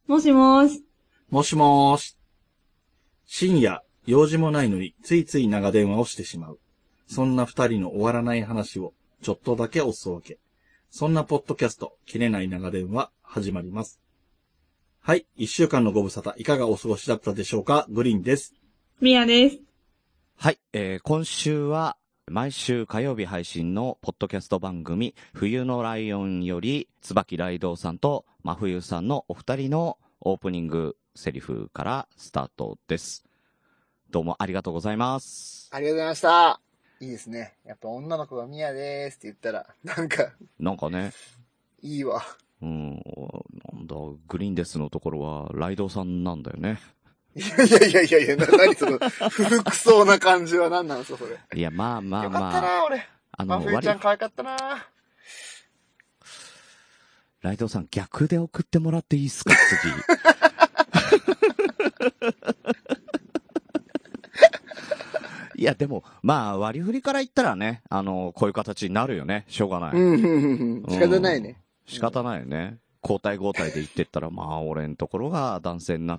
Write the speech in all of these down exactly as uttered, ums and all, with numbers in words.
もしもーし。 もしもーし。深夜、用事もないのについつい長電話をしてしまう。そんな二人の終わらない話をちょっとだけおすそ分け。そんなポッドキャスト、切れない長電話、始まります。はい、一週間のご無沙汰、いかがお過ごしだったでしょうか。グリーンです。 ミヤです。 はい、えー、今週は毎週火曜日配信のポッドキャスト番組冬のライオンより椿ライドウさんと真冬さんのお二人のオープニングセリフからスタートです。どうもありがとうございます。 ありがとうございました。いいですね。やっぱ女の子がミヤでーすって言ったらなんかなんかね、 いいわ。 うん、なんだグリーンですのところはライドウさんなんだよね。 いやいやいやいやいや、な、何その、不服そうな感じは何なんですか、それ。 いや、まあまあまあ。 よかったな、俺。 あの、 真冬ちゃん可愛かったな。 ライドウさん、逆で送ってもらっていいですか、次。いや、でも、まあ、割り振りから言ったらね、あの、こういう形になるよね。しょうがない。 うん、うん、うん。仕方ないね。 仕方ないよね。交代交代で言ってったら、まあ、俺のところが男性になって、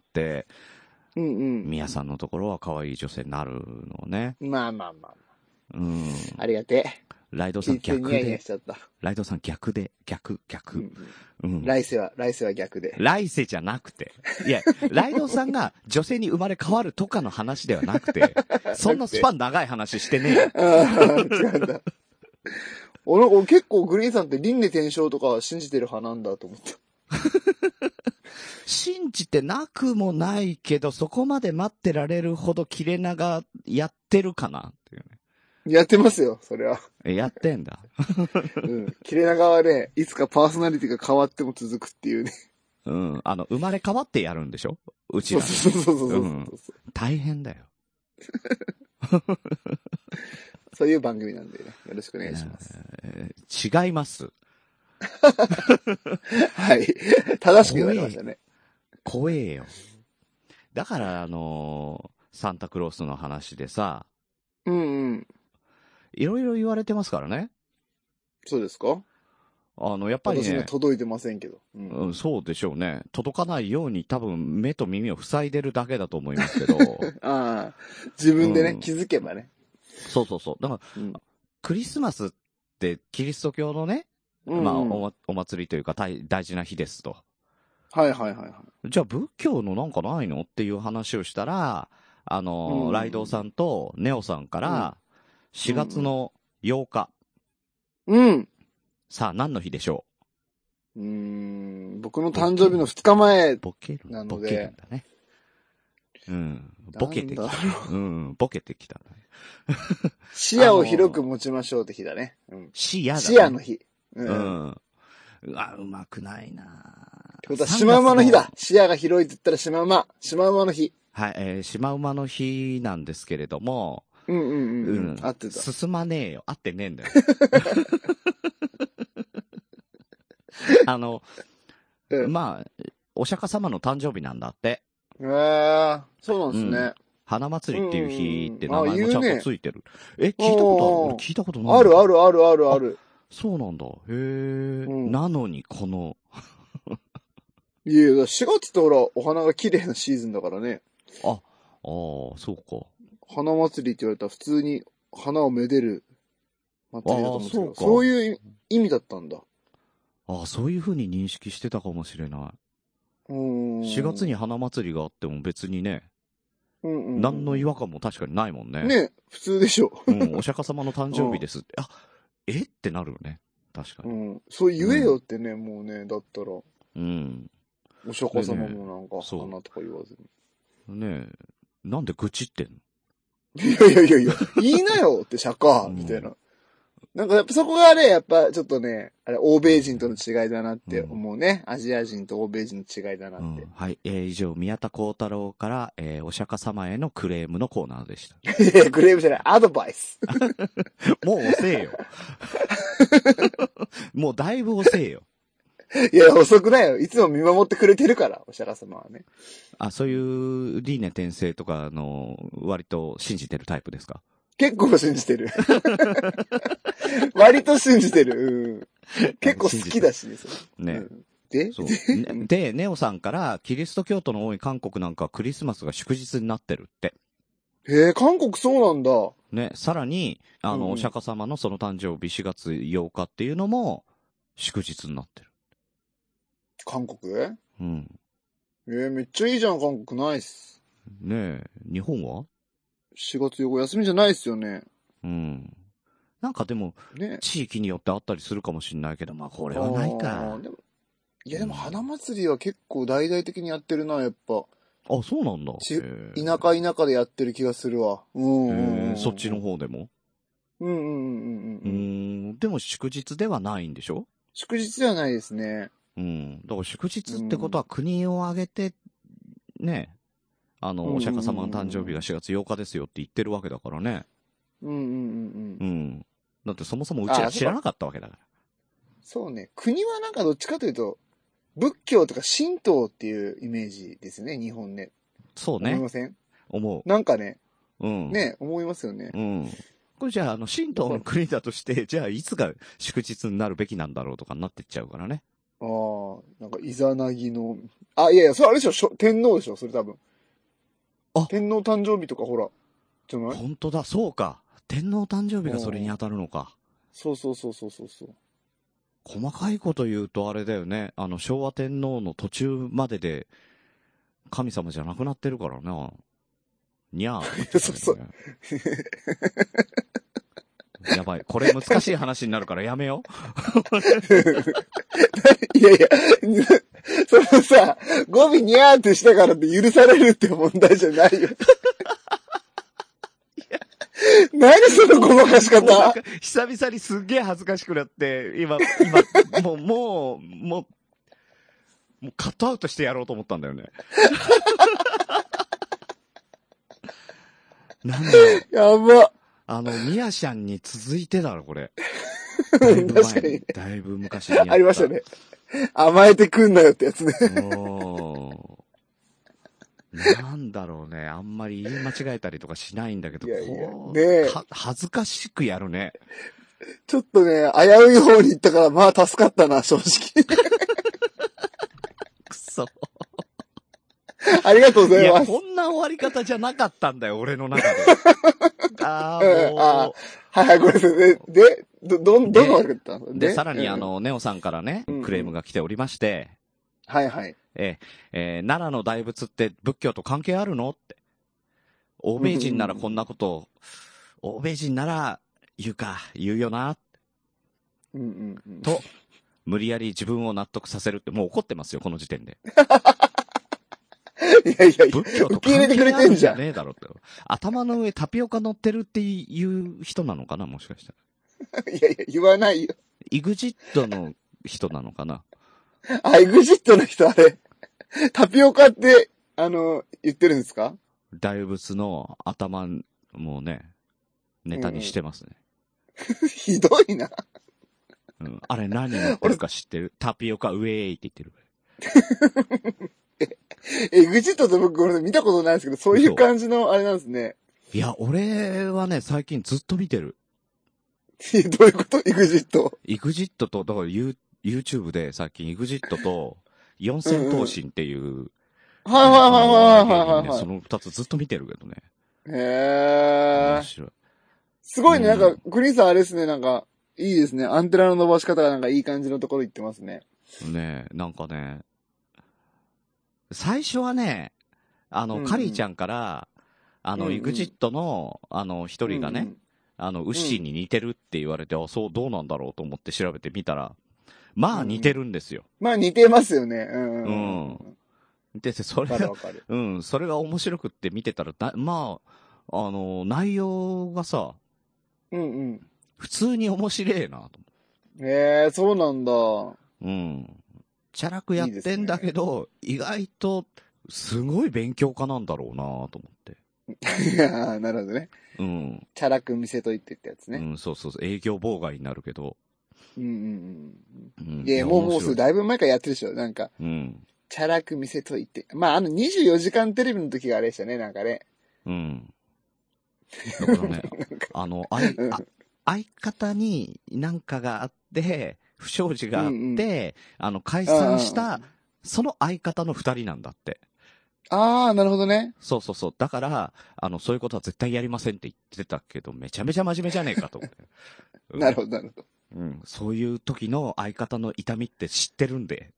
うんうん。 ミヤさんのところは可愛い女性になるのね。 まあまあまあ。 うん。 ありがてえ。 ライドさん逆ニヤニヤでしちゃった。 ライドさん逆で、逆、逆。うんうん。来世は、来世は逆で。 来世じゃなくて。いや、ライドさんが女性に生まれ変わるとかの話ではなくて、そんなスパン長い話してねえ。 ああ、違うんだ。俺、俺結構グリーンさんって輪廻転生とか信じてる派なんだと思った。 信じてなくもないけど、そこまで待ってられるほど切れ長やってるかなっていうね。 やってますよ、それは。 やってんだ。 うん。切れ長はね、いつかパーソナリティが変わっても続くっていうね。 うん。あの、生まれ変わってやるんでしょうちら。 そうそうそうそうそう、うん。 大変だよ。 そういう番組なんでね、よろしくお願いします。 えー、違います。 はい。正しく言われましたね。 怖えよ。だから、あのー、サンタクロースの話でさ、 うんうん。 いろいろ言われてますからね。 そうですか？ あの、やっぱりね。 私も届いてませんけど、 うんうん。そうでしょうね。届かないように多分目と耳を塞いでるだけだと思いますけど。 ああ。自分でね、うん、気づけばね。 そうそうそう。だから、うん、クリスマスってキリスト教のね、うんうん、まあお、お祭りというか大、大事な日ですと。 はいはいはいはい。 じゃあ仏教のなんかないのっていう話をしたら、あの、うん、ライドウさんとネオさんから、しがつのようか。 うん。うん、 さあ何の日でしょう？うーん、僕の誕生日のふつかまえボケるなので。 ボケるんだね。うん。ボケてきた。うん、ボケてきた、ね。 視野を広く持ちましょうって日だね。うん、 視野だ、ね。 視野の日。 うん。うんうわ、うまくないなってことは、シマウマの日だ。視野が広いって言ったらシマウマ。シマウマの日。 はい、えー、シマウマの日なんですけれども。 うんうんうん。うん。合ってた。 進まねえよ。合ってねえんだよ。あの、うん、まあ、お釈迦様の誕生日なんだって。 へえー、そうなんですね。うん、 花祭りっていう日って名前もちゃんとついてる。ね、え、聞いたことある？俺聞いたことない。 あるあるあるあるある。 そうなんだ。へえ、うん。なのにこの。 いやいや、しがつってほら、お花が綺麗なシーズンだからね。 あ、ああ、そうか。 花祭りって言われたら普通に花をめでる祭りだと思うんですけど、そうか。そういう意味だったんだ。 ああ、そういう風に認識してたかもしれない。うん。しがつに花祭りがあっても別にね。うんうん、うん。何の違和感も確かにないもんね。 ね、普通でしょ。 うん、お釈迦様の誕生日ですって。あ、えってなるよね。確かに。 うん。そう言えよってね、うん、もうね、だったら。 うん。 お釈迦様もなんか、花とか言わずに。ねえ。なんで愚痴ってんの？ いやいやいやいや、言いなよって釈迦、みたいな。なんかやっぱそこがね、やっぱちょっとね、あれ、欧米人との違いだなって思うね。うん、アジア人と欧米人の違いだなって。うん、 はい。えー、以上、宮田幸太郎から、えー、お釈迦様へのクレームのコーナーでした。 いや、クレームじゃない、アドバイス。 もう遅えよ。もうだいぶ遅えよ。 いや、遅くないよ。いつも見守ってくれてるから、お釈迦様はね。 あ、そういう輪廻転生とかの、割と信じてるタイプですか？ 結構信じてる。割と信じてる。うん、結構好きだしね。 ね、 うん。 でそう。ねで、ネオさんから、キリスト教徒の多い韓国なんかクリスマスが祝日になってるって。 へえ、韓国そうなんだ。 ね、さらに、あの、 うんうんお釈迦様のその誕生日しがつようかっていうのも、祝日になってる。 韓国うん。 えー、めっちゃいいじゃん、韓国。ナイス。 ねえ、日本はしがつようか休みじゃないっすよね。 うん。なんかでも、 ね。 地域によってあったりするかもしれないけど、まあこれはないあかー。でもいやでも花祭りは結構大々的にやってるな、やっぱ。 あ、そうなんだ。 ちへえ田舎田舎でやってる気がするわ。うんうんうん、 へえそっちの方でもうんうんうんうんううん。 ーん、でも祝日ではないんでしょ祝日ではないですね。 うん。だから祝日ってことは国を挙げて、ね、あの、お釈迦様の誕生日がしがつようかですよって言ってるわけだからね。 うんうんうんうん。 うん。だってそもそもうちら知らなかったわけだから。 そうね。国はなんかどっちかというと、仏教とか神道っていうイメージですね、日本ね。 そうね思いま。せん？ 思なんかね、 う。うん。 ね、思いますよね。 うん。これじゃあ、あの、神道の国だとして、じゃあ、いつが祝日になるべきなんだろうとかになってっちゃうからね。 ああ、なんかイザナギの、あ、いやいや、それあれでしょ、しょ天皇でしょ、それ多分。 あ天皇誕生日とかほら、じゃない？ 本当だ、そうか。天皇誕生日がそれに当たるのか。 そうそうそうそうそうそう。 細かいこと言うとあれだよね。あの、昭和天皇の途中までで、神様じゃなくなってるからな。にゃーって言ってたけどね。やばい。これ難しい話になるからやめよいやいや、そのさ、語尾にゃーってしたからって許されるって問題じゃないよ。何そのごまかしう。もうなん方か久々にすっげえ恥ずかしくなって、今、今、もう、もう、もう、もうカットアウトしてやろうと思ったんだよね。なんだろう。 やば。 あの、ミヤシャンに続いてだろ、これ。だいぶ前確かにね。 だいぶ昔にやった。 ありましたね。甘えてくんなよってやつね。 おーなんだろうね。あんまり言い間違えたりとかしないんだけど、 いやいやこうねえは恥ずかしくやるね。 ちょっとね、危うい方に行ったから、まあ助かったな、正直。 くそ。 ありがとうございや、 います。 こんな終わり方じゃなかったんだよ、俺の中で。あうんー、もあう。 はいはい、ごめんなさい。で、で、ど、どん、どんな悪かったで、さらにうんあの、ネオさんからね、 うんうんクレームが来ておりまして、 はいはい。 えーえー奈良の大仏って仏教と関係あるのって。欧米人ならこんなことを、欧米人なら言うか、言うよな、 うんうんうん。 と、無理やり自分を納得させるって、もう怒ってますよ、この時点で。 いやいやいや、 仏教と受け入れてくれ関係あるんてんじゃん。 じゃねえだろって。頭の上タピオカ乗ってるっていう人なのかな、もしかしたら。 いやいや、言わないよ。 イグジットの人なのかな。 あ、エグジットの人あれ、タピオカって、あの、言ってるんですか？ 大仏の頭、もうね、ネタにしてますね。 ひどいな。 うん、あれ何乗ってるか知ってる？タピオカウェーイって言ってる。 エグジットって僕これ見たことないですけど、そういう感じのあれなんですね。 いや、俺はね、最近ずっと見てる。 どういうことエグジット。 イグジットと、だから ユー、YouTube で最近イグジットと四千頭身っていう、 はいはいはいはいはいはい。 その二つずっと見てるけどね。 へー。 面白い。 すごいね、 うんなんか、グリーンさんあれですね、なんか、いいですね。アンテナの伸ばし方がなんかいい感じのところ行ってますね。 ねえ、なんかね、最初はね、あの、 うんうんカリーちゃんから、あの、 うんうんイグジットの、あの、一人がね、 うんうんあの、ウッシーに似てるって言われて、あ、そう、どうなんだろうと思って調べてみたら、まあ似てるんですよ。 まあ似てますよね。うんうん。 うんで、それがわかるわ、かる。 うん、それが面白くって見てたら、だまあ、あの、内容がさ、 うんうん。 普通に面白えなとへえ、そうなんだ。 思う。うん。チャラくやってんだけど、意外と、すごい勉強家なんだろうなと思って。 いやーなるほどね。 うん。 チャラく見せといてってやつね。 うん、そうそうそう。営業妨害になるけど。 うんうんうん。 うん。いや、もう、もう面白それだいぶ前からやってるでしょ。なんか、 うん。 チャラく見せといて。まあ、あのにじゅうよじかんテレビの時があれでしたね、なんかね。 うん。だからね、あの、相、あ相方になんかがあって、 不祥事があって、 うんうん、 あの、解散した、その相方の二人なんだって。 ああ、なるほどね。 そうそうそう。だから、あの、そういうことは絶対やりませんって言ってたけど、めちゃめちゃ真面目じゃねえかと思って。うん、 なるほど、なるほど。 うん。そういう時の相方の痛みって知ってるんで。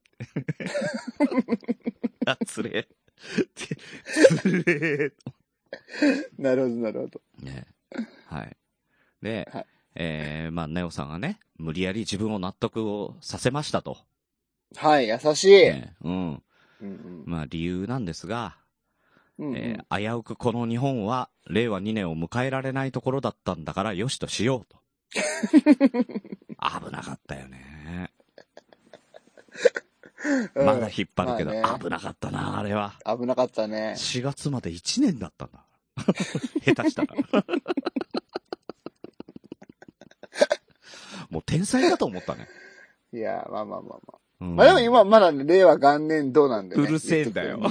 あ、つれえ。つれえ。 なるほど、なるほど。 ね。はい。で、 はい、 えー、まあ、ネオさんがね、無理やり自分を納得をさせましたと。 はい、優しい。 ね、うん。うんうん、まあ、理由なんですが、 うんうん、 えー、危うくこの日本はれいわにねんを迎えられないところだったんだからよしとしようと。危なかったよね。まだ引っ張るけど、まあね、危なかったな、あれは。 危なかったね。 しがつまでいちねんだったんだ。下手したら。もう天才だと思ったね。 いや、まあまあまあまあ。 うん、 まあでも今、まだね、令和元年度なんでね。 うるせえんだよ。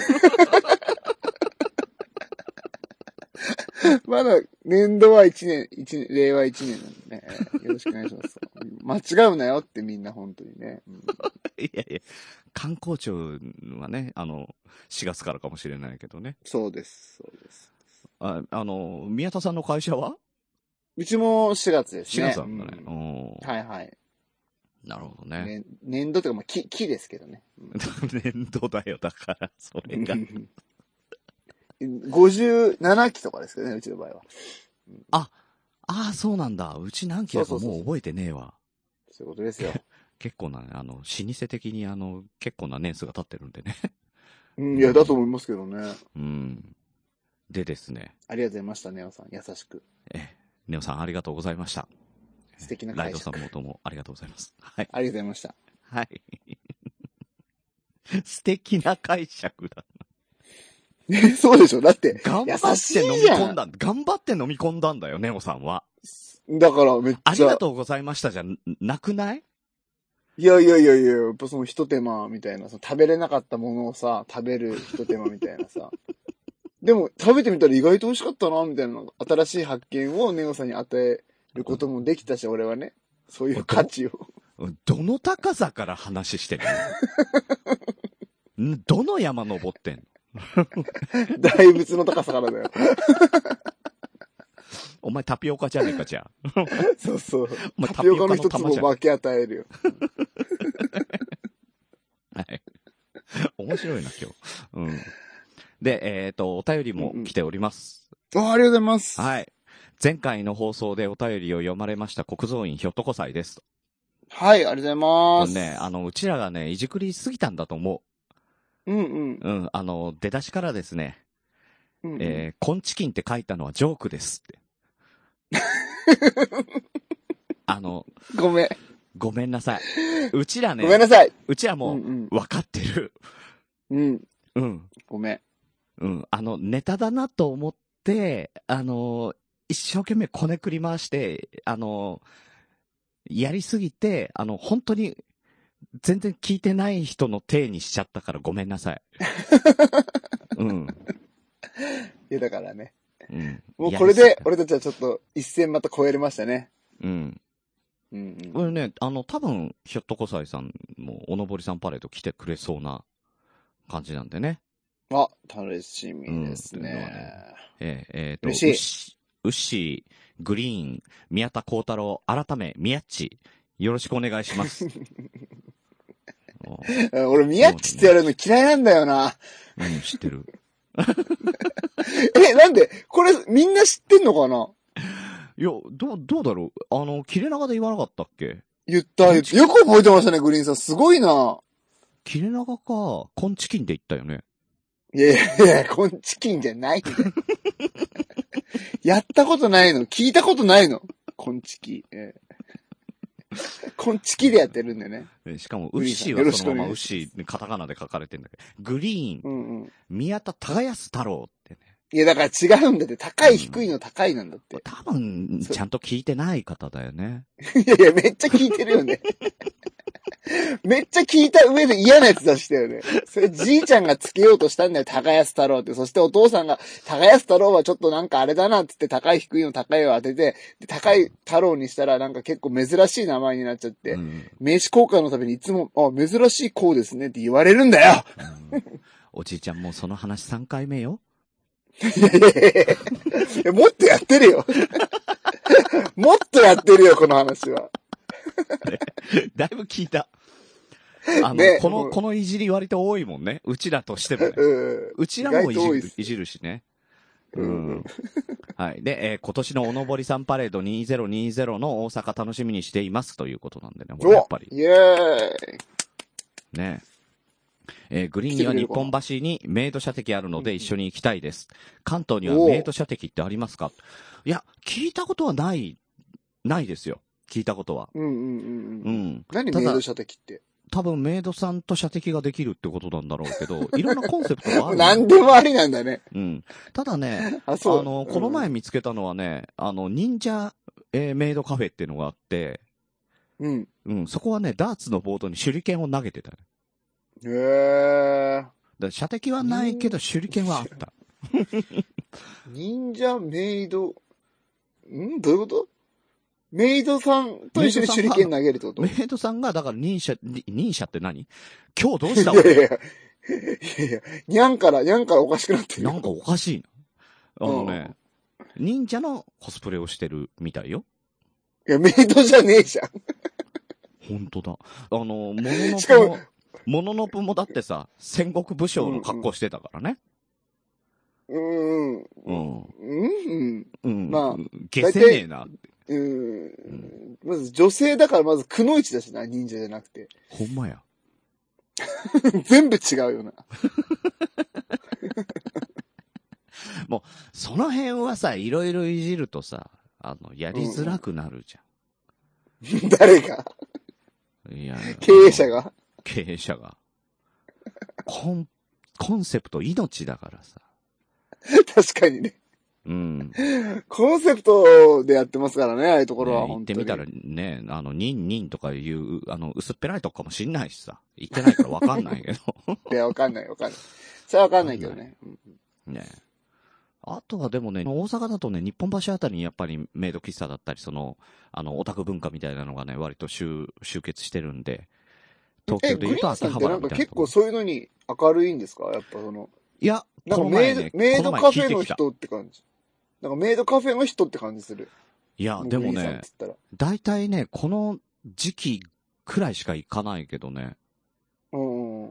まだ、年度はいちねん、一年、令和いちねんなんでね。よろしくお願いします。間違うなよってみんな本当にね。うん、 いやいや、観光庁はね、あの、しがつからかもしれないけどね。 そうです、そうです。 あ、あの、宮田さんの会社はうちもしがつですね。 しがつなんだね。うん、 はいはい。なるほどね。ね、 年度というか、まあ、木、木ですけどね。 年度だよ、だから、それが。 ごじゅうななきとかですけどね、うちの場合は。 あ、ああ、そうなんだ。うち何期だかもう覚えてねえわ。 そういうことですよ。 結構な、あの、老舗的に、あの、結構な年数が経ってるんでね。 うん、いや、だと思いますけどね。 うん。でですね。 ありがとうございました、ネオさん。優しく。 え、ネオさんありがとうございました。 素敵な解釈。ライドさんもどうもありがとうございます。はい。 ありがとうございました。 はい。素敵な解釈だ。 そうでしょ。だって、 頑張って飲み込んだ、頑張って飲み込んだんだよ、ネオさんは。 だからめっちゃ。 ありがとうございましたじゃなくない？ いやいやいやいや、やっぱその一手間みたいな、その食べれなかったものをさ、食べる一手間みたいなさ。でも食べてみたら意外と美味しかったな、みたいな、新しい発見をネオさんに与えることもできたし、俺はね。そういう価値を。 どの高さから話してるの？どの山登ってんの？ 大仏の高さからだよ。 お前タピオカじゃねえか、じゃあ。 そうそう。タピオカの一つも分け与えるよ。 はい。面白いな、今日。うん。で、えっと、お便りも来ております。 うんうん、あ、ありがとうございます。 はい。前回の放送でお便りを読まれました国蔵院ひょっとこ祭です。 はい、ありがとうございます。 ね、あの、うちらがね、いじくりすぎたんだと思う。 うんうん。 うん、あの、出だしからですね、 うんうん、 えー、コンチキンって書いたのはジョークですって。あの、 ごめん。 ごめんなさい。うちらね、 ごめんなさい。 うちらも、分かってる。 うん。 うん。 ごめん。 うん。あの、ネタだなと思って、あの、一生懸命こねくり回して、あの、やりすぎて、あの、本当に、全然聞いてない人の体にしちゃったからごめんなさい。うん。 いや、だからね。 うん。 もうこれで、俺たちはちょっと一線また超えれましたね。 うん。 うん、うん。 これね、あの、多分、ひょっとこさいさんも、おのぼりさんパレード来てくれそうな感じなんでね。 あ、楽しみですね。うん、 ねえー、えー、と、 嬉しい。 ウッシー、グリーン、宮田幸太郎、改め、宮っち、よろしくお願いします。 俺、宮っちってやるの嫌いなんだよな。 うん、知ってる。 え、なんでこれ、みんな知ってんのかないや、どう、どうだろうあの、切れ長で言わなかったっけ？ 言った、言った。よく覚えてましたね、グリーンさん。すごいな。 切れ長か、コンチキンで言ったよね。 いやいやいや、コンチキンじゃないんだよ。やったことないの。聞いたことないの。コンチキ。えー、コンチキでやってるんだよね。 しかも、ウッシーはそのままウッシー、カタカナで書かれてんだけど、グリーン、 うんうん、 宮田耕康太郎ってね。 いや、だから違うんだって。高い低いの高いなんだって。 多分、ちゃんと聞いてない方だよね。 いやいや、めっちゃ聞いてるよね。めっちゃ聞いた上で嫌なやつ出したよね。それじいちゃんがつけようとしたんだよ、高安太郎って。そしてお父さんが、高安太郎はちょっとなんかあれだなってって高い低いの高いを当てて、で高い太郎にしたらなんか結構珍しい名前になっちゃって、うん、名刺交換のためにいつも、あ、珍しい子ですねって言われるんだよ、 うん、おじいちゃんもうその話さんかいめよ。 いやいやいや、もっとやってるよ。もっとやってるよ、この話は。 だいぶ聞いた。あの、ね、この、このいじり割と多いもんね。うちらとしてもね。う, うちらもいじる、いじるしね。うん。はい。で、えー、今年のおのぼりさんパレードにせんにじゅうの大阪楽しみにしていますということなんでね。 やっぱり。イェーイ。ねえー、グリーンには日本橋にメイド射的あるので一緒に行きたいです。関東にはメイド射的ってありますか？いや、聞いたことはない、ないですよ。聞いたことは。 うんうんうんうん。うん。何メイド射的って？ 多分メイドさんと射的ができるってことなんだろうけど、いろんなコンセプトがある。 何でもありなんだね。 うん。ただね、あ、そう。あの、この前見つけたのはね、あの、忍者、えー、メイドカフェっていうのがあって、 うん。 うん、そこはね、ダーツのボードに手裏剣を投げてたね。 へー。 だ射的はないけど、手裏剣はあった。 忍者メイド、んどういうこと？メイドさんと一緒に手裏剣投げるってこと？ メイドさんが、だから忍者、忍者って何？今日どうしたの？ いやいやいや、いやいや、にゃんから、にゃんからおかしくなってる。 なんかおかしいな。あのね、うん、忍者のコスプレをしてるみたいよ。 いや、メイドじゃねえじゃん。 ほんとだ。あの、もののぷも、もののぷもだってさ、戦国武将の格好してたからね。 うーん。 うん。うん。 うん。まあ、 消せねえなって。 うん。まず女性だからまずくのいちだしな、忍者じゃなくて。 ほんまや。 全部違うよな。 もう、その辺はさ、いろいろいじるとさ、あの、やりづらくなるじゃん。うん、誰が？ いや、 経営者が経営者が。コン、コンセプト命だからさ。 確かにね。 うん。 コンセプトでやってますからね、ああいうところは、 ね、行ってみたらね、あの、ニンニンとかいう、あの、薄っぺらいとこかもしんないしさ。行ってないからわかんないけど。 いや、わかんないわかんない。それはわかんないけどね。 ね。あとはでもね、大阪だとね、日本橋あたりにやっぱりメイド喫茶だったり、その、あの、オタク文化みたいなのがね、割と集、集結してるんで、東京で言うと秋葉原みたいな。え、グリーンさんってなんか結構そういうのに明るいんですか？やっぱその。 いや、 なんかメイド、ね、メイドカフェの人って感じ。なんかメイドカフェの人って感じする。 いや、でもね、大体ね、この時期くらいしか行かないけどね。 うん。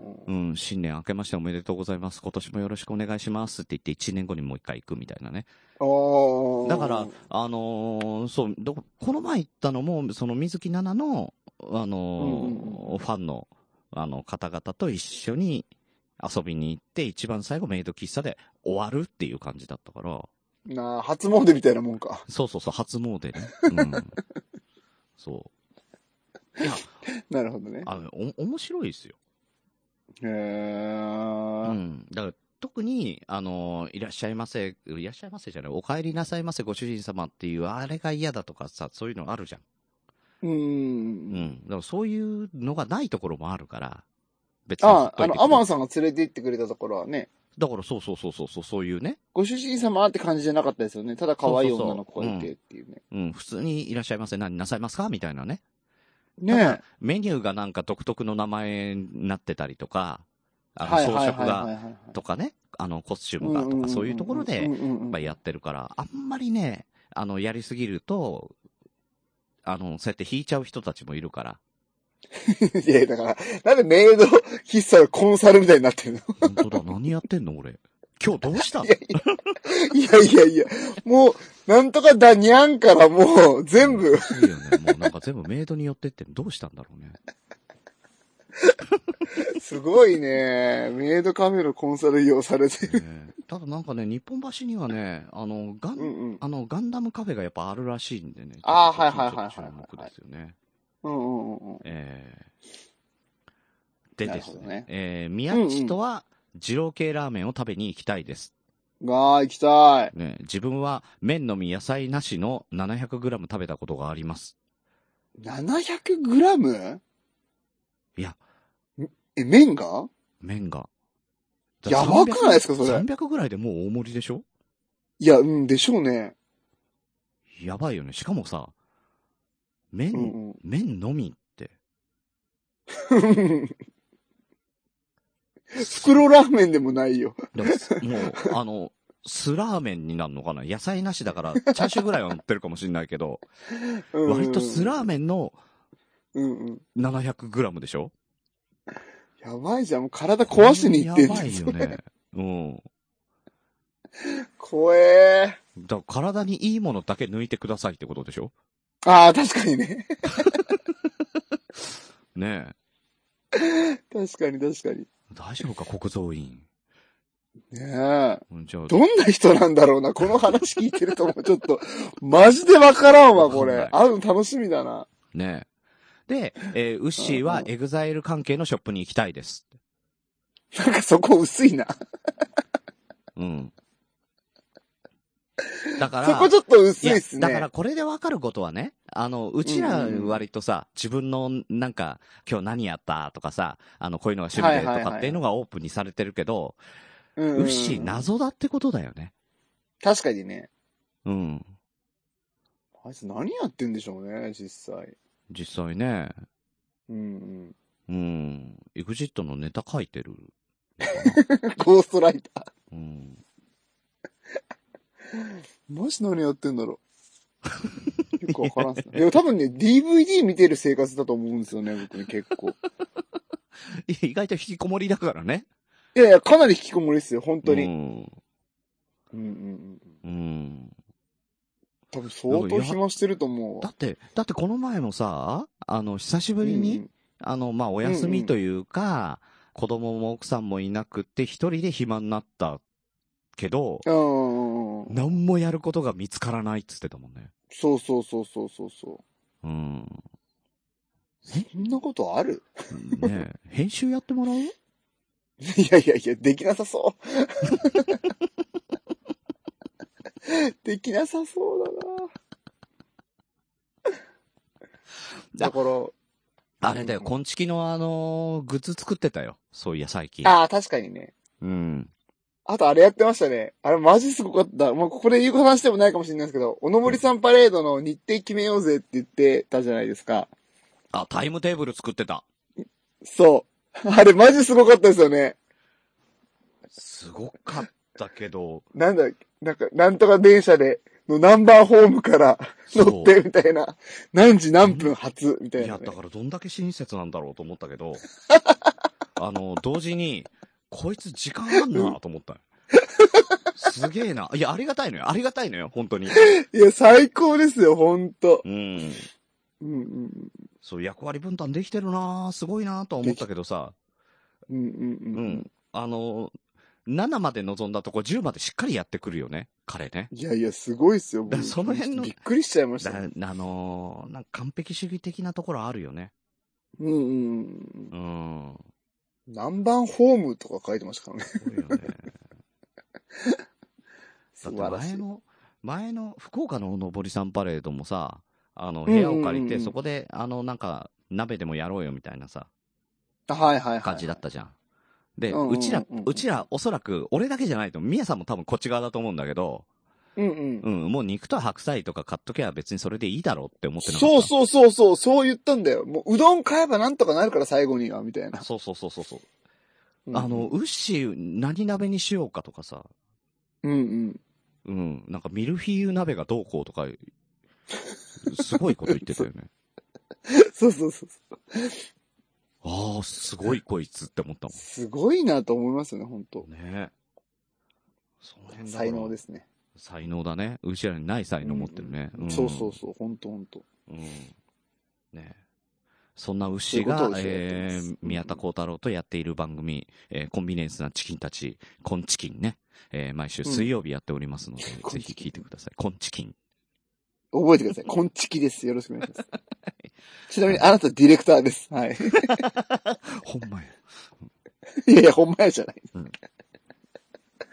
うん、新年明けましておめでとうございます。今年もよろしくお願いしますって言っていちねんごにもう一回行くみたいなね。だから、あのー、そう、ど、この前行ったのも、その水木奈々の、あのーうんうん、ファンの、あの、方々と一緒に遊びに行って、一番最後メイド喫茶で終わるっていう感じだったから。 なあ、初詣みたいなもんか。 そうそうそう、初詣ね。うん。そう。いや。 なるほどね。 あの、お、面白いですよ。 へー。 うん。だから、特に、あの、いらっしゃいませ、いらっしゃいませじゃない、お帰りなさいませご主人様っていう、あれが嫌だとかさ、そういうのあるじゃん。 うん。うん。 だからそういうのがないところもあるから、別に。 ああ、あの、アマンさんが連れて行ってくれたところはね。 だからそうそうそうそう、そういうね。 ご主人様って感じじゃなかったですよね。ただ可愛い女の子がいてっていうね。 うん、うん、普通にいらっしゃいませ、何なさいますかみたいなね。 ねえ。 メニューがなんか独特の名前になってたりとか、あの、装飾が、とかね、あの、コスチュームがとか、そういうところで、やってるから、あんまりね、あの、やりすぎると、あの、そうやって引いちゃう人たちもいるから。 いや、だから、なんでメイド喫茶のコンサルみたいになってんの？ 本当だ、何やってんの俺。今日どうしたの？ いやいやいや、もう、なんとかだにゃんからもう、全部。 そうよね。もうなんか全部メイドによってってどうしたんだろうね。 すごいね。メイドカフェのコンサル用されてる。 ね、ただなんかね、日本橋にはね、あの、ガン、うんうん、あの、ガンダムカフェがやっぱあるらしいんでね。 ああ、はいはいはいはい。 注目ですよね。 うんうんうん。 えー、でですね、 ねえー、宮地とは、二郎系ラーメンを食べに行きたいです。 がー、行きたい。 ね、自分は麺のみ野菜なしの ななひゃくグラム 食べたことがあります。 ななひゃくグラム？ いや。 え、麺が？ 麺が。 やばくないですか、それ。 さんびゃくぐらいでもう大盛りでしょ？いや、うんでしょうね。 やばいよね。しかもさ、麺、うんうん、麺のみって。 袋ラーメンでもないよ。 もう、あの、酢ラーメンになるのかな？野菜なしだから、チャーシューぐらいは乗ってるかもしれないけど、うん、割と酢ラーメンの ななひゃくグラム でしょ？ やばいじゃん。もう体壊しにいってんじゃん。やばいよね。うん。 怖えー。だから体にいいものだけ抜いてくださいってことでしょ？ ああ、確かにね。 ねえ。確かに確かに。 大丈夫か、国蔵院。 ねえ。じゃあどんな人なんだろうな。この話聞いてるともうちょっと、マジでわからんわ、これ。会うの楽しみだな。 ねえ。で、えー、ウッシーはエグザイル関係のショップに行きたいです。 なんかそこ薄いな。 うん。だから、 そこちょっと薄いっすね。 だからこれでわかることはね、あの、うちら割とさ、自分のなんか、今日何やったとかさ、あの、こういうのが趣味でとかっていうのがオープンにされてるけど、ウッシー謎だってことだよね。 確かにね。 うん。 あいつ何やってんでしょうね、実際。 実際ね。 うんうん。 うん。エグジットのネタ書いてる。 ゴーストライター。 うん。 マジ何やってんだろう。よくわからんっすね。でも多分ね、ディーブイディー 見てる生活だと思うんですよね、僕に結構。 意外と引きこもりだからね。 いやいや、かなり引きこもりですよ、本当に。うん。うんうんうん。 うん。 多分相当暇してると思う。 だって、だってこの前もさ、あの、久しぶりに、うんうん、あの、まあ、お休みというか、うんうん、子供も奥さんもいなくて一人で暇になったけど、 うん、 何もやることが見つからないっつってたもんね。 そうそうそうそうそうそう。 うん。 そんなことある？ ねえ、編集やってもらう？ いやいやいや、できなさそう。できなさそうだな。だから、 あれだよ、コンチキのあのー、グッズ作ってたよ。そういや、最近。 ああ、確かにね。 うん。 あとあれやってましたね。あれマジすごかった。もうここで言う話でもないかもしれないですけど、おのぼりさんパレードの日程決めようぜって言ってたじゃないですか。 あ、タイムテーブル作ってた。 そう。あれマジすごかったですよね。 すごかったけど。 なんだ、なんか、なんとか電車で、のナンバーホームから乗ってみたいな。何時何分発みたいな、ね。 いや、だからどんだけ親切なんだろうと思ったけど、あの、同時に、こいつ時間あんなと思った。すげえな。いや、ありがたいのよ。ありがたいのよ、本当に。 いや、最高ですよ、本当。 うん。 うんうん。 そう、役割分担できてるなすごいなと思ったけどさ。 うんうんうん。うん。 あの、ななまで望んだとこじゅうまでしっかりやってくるよね、彼ね。 いやいや、すごいっすよ。 その辺の。 びっくりしちゃいました、 ね。あのー、なんか完璧主義的なところあるよね。 うんうん。うん。何番ホームとか書いてましたからね。 そうよね。だって前の、前の福岡のおのぼりさんパレードもさ、あの、部屋を借りて、そこで、あの、なんか、鍋でもやろうよみたいなさ。 はいはいはい。 感じだったじゃん。で、うちら、うちら、おそらく、俺だけじゃないと、みやさんも多分こっち側だと思うんだけど、 うんうん。 うん、もう肉と白菜とか買っとけば別にそれでいいだろうって思ってなかった。 そうそうそうそう、そう言ったんだよ。もう、うどん買えばなんとかなるから最後には、みたいな。 そうそうそうそうそう。うん、あの、ウッシー、何鍋にしようかとかさ。 うんうん。 うん、なんかミルフィーユ鍋がどうこうとか、すごいこと言ってたよね。 そうそうそうそう。 ああ、すごいこいつって思ったもん。 すごいなと思いますよね、本当ね。その辺だ才能ですね。 才能だね。うちらにない才能持ってるね。 うんうん、そうそうそう、本当本当。 うん。ね。そんな牛が、えー、宮田幸太郎とやっている番組、えー、コンビニエンスなチキンたち、コンチキンね。えー、毎週水曜日やっておりますので、うん、ぜひ聞いてください。コンチキン。 覚えてください。コンチキです。よろしくお願いします。ちなみにあなたディレクターです。はい。 ほんまや。 いやいや、ほんまやじゃない。うん、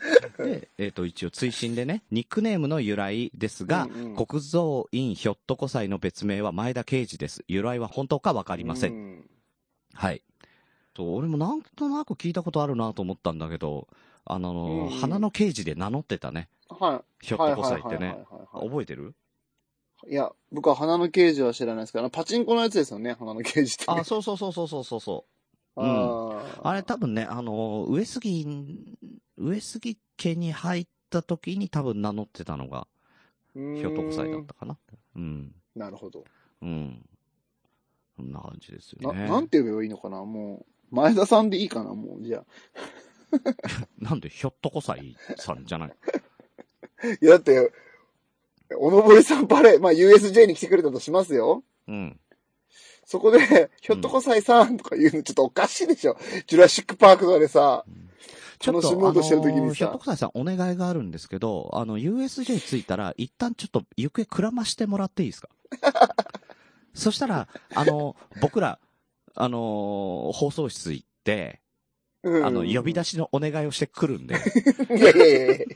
で、えっ、と、一応追伸でね、ニックネームの由来ですが、 うんうん国蔵院ひょっとこ祭の別名は前田慶次です。由来は本当かわかりません。 うんはい。そう、俺もなんとなく聞いたことあるなと思ったんだけど、あの、 うんうん花の慶次で名乗ってたね。 はい。 ひょっとこ祭ってね。 はいはいはいはいはい覚えてる？ いや、僕は花の刑事は知らないですから、パチンコのやつですよね、花の刑事って、ね。 あ、そうそうそうそうそうそうそう。うん。 あーあれ多分ね、あの、上杉、上杉家に入った時に多分名乗ってたのが、 うーんひょっとこ祭だったかな。うん。 なるほど。 うん。そんな感じですよな、 ね。 なんて呼べばいいのかなもう、前田さんでいいかなもう、じゃあ。 なんでひょっとこ祭さんじゃない？ いや、だって、おのぼりさんパレ、まあ ユーエスジェー に来てくれたとしますよ。 うん。 そこで、ひょっとこさいさんとか言うのちょっとおかしいでしょ。ジュラシックパークとかでさ、 ちょっと、 楽しもうとしてる時にさあのーひょっとこさいさんお願いがあるんですけど、あの、ユーエスジェー 着いたら、一旦ちょっと行方くらましてもらっていいですか？そしたら、あの、僕ら、あのー放送室行って、 うん、 あの、呼び出しのお願いをしてくるんで、 いやいやいやいや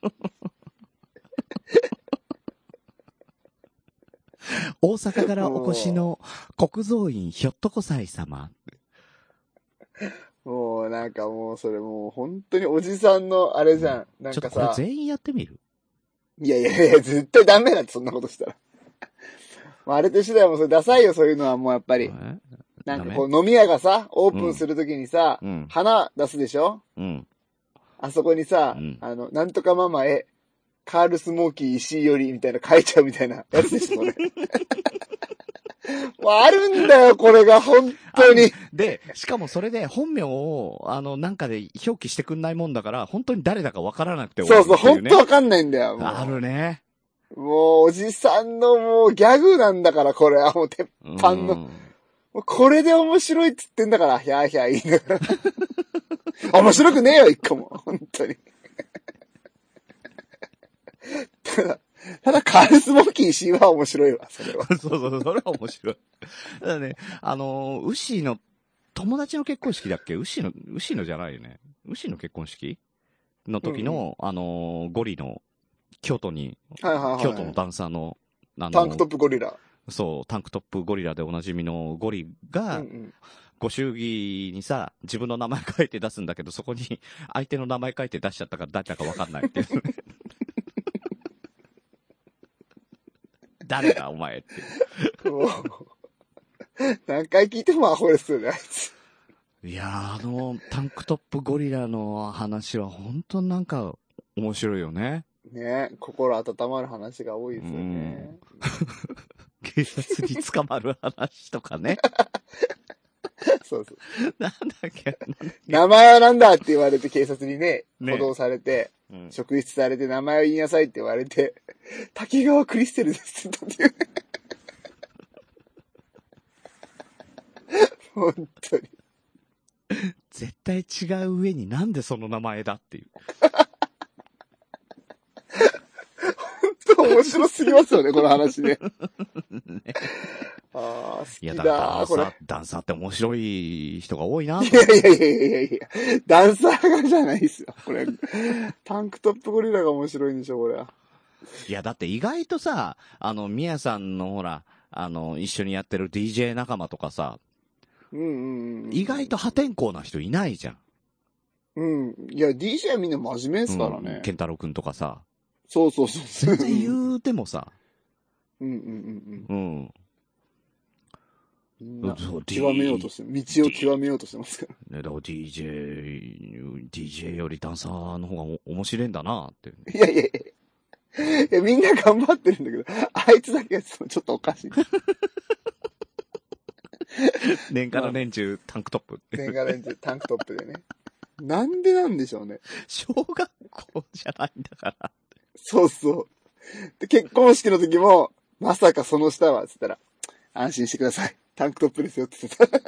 大阪からお越しの国蔵院ひょっとこさい様。 もうなんかもうそれもう本当におじさんのあれじゃん。なんちょっかさ、 とこれ全員やってみる？ いやいやいや、絶対ダメだってそんなことしたら。もうあれと一緒だよ、もうそれダサいよ、そういうのはもうやっぱり。 えなんかこう飲み屋がさ、オープンするときにさ、 うん。 花出すでしょうん。 あそこにさ、 うんあの、なんとかママへ、カールスモーキー石井よりみたいな書いちゃうみたいなやつでしょ、これ。もうあるんだよ、これが、本当に。 で、しかもそれで本名を、あの、なんかで表記してくんないもんだから、本当に誰だかわからなくて終わそうそう、 るっていうね。 本当わかんないんだよ。もうあるね。 もう、おじさんのもうギャグなんだから、これはもう鉄板の。 うんもうこれで面白いっつってんだから、ひゃーひゃー言いながら。面白くねえよ、一個も。本当に。ただ、ただカールスモーキー石井は面白いわ、それは。 そうそうそう、それは面白い。ただね、あのー、ウッシーの友達の結婚式だっけ？ウッシーの、ウッシーのじゃないよね。ウッシーの結婚式の時の、あのー、ゴリの、京都に、 はいはいはい。 京都のダンサーの、あのータンクトップゴリラ。 そう、タンクトップゴリラでおなじみのゴリが、 うんうん。 ご祝儀にさ、自分の名前書いて出すんだけど、そこに相手の名前書いて出しちゃったから誰だかわかんないっていう。誰だお前っていう。 もう何回聞いてもアホですよね、あいつ。 いやー、あの、タンクトップゴリラの話は本当なんか面白いよね。 ね心温まる話が多いですよね。 警察に捕まる話とかね。 そうそう。 なんだっけ。 名前はなんだって言われて警察にね、 ね補導されて、 うん職質されて名前を言いなさいって言われて、滝川クリステルですって言ったっていう。本当に。 絶対違う上になんでその名前だっていう。 本当面白すぎますよね、この話ね。 ねああ、好きいや、だからダだこれ。 ンサー、ダンサーって面白い人が多いな。 いやいやいやいやいやダンサーがじゃないですよ、これ。タンクトップゴリラが面白いんでしょ、これは。 いや、だって意外とさ、あの、ミヤさんのほら、あの、一緒にやってる ディージェー 仲間とかさ、 うんうんうん。 意外と破天荒な人いないじゃん。 うん。いや、ディージェー はみんな真面目ですからね。 うん、ケンタロウくんとかさ。 そうそうそうそう。 全然言うてもさ、 うんうんうんうん。 うん。みんな、 そう極めようとして、道を極めようとしてますから。 ね、だから ディージェー、ディージェー よりダンサーの方がお面白いんだなって。 いやいやいや。いや、みんな頑張ってるんだけど、あいつだけがちょっとおかしい。 年間の年中タンクトップ。 年がら年中タンクトップでね。なんでなんでしょうね。 小学校じゃないんだから。 そうそう。で、結婚式の時も、まさかその下は、つったら、安心してください。タンクトップですよって言ってた。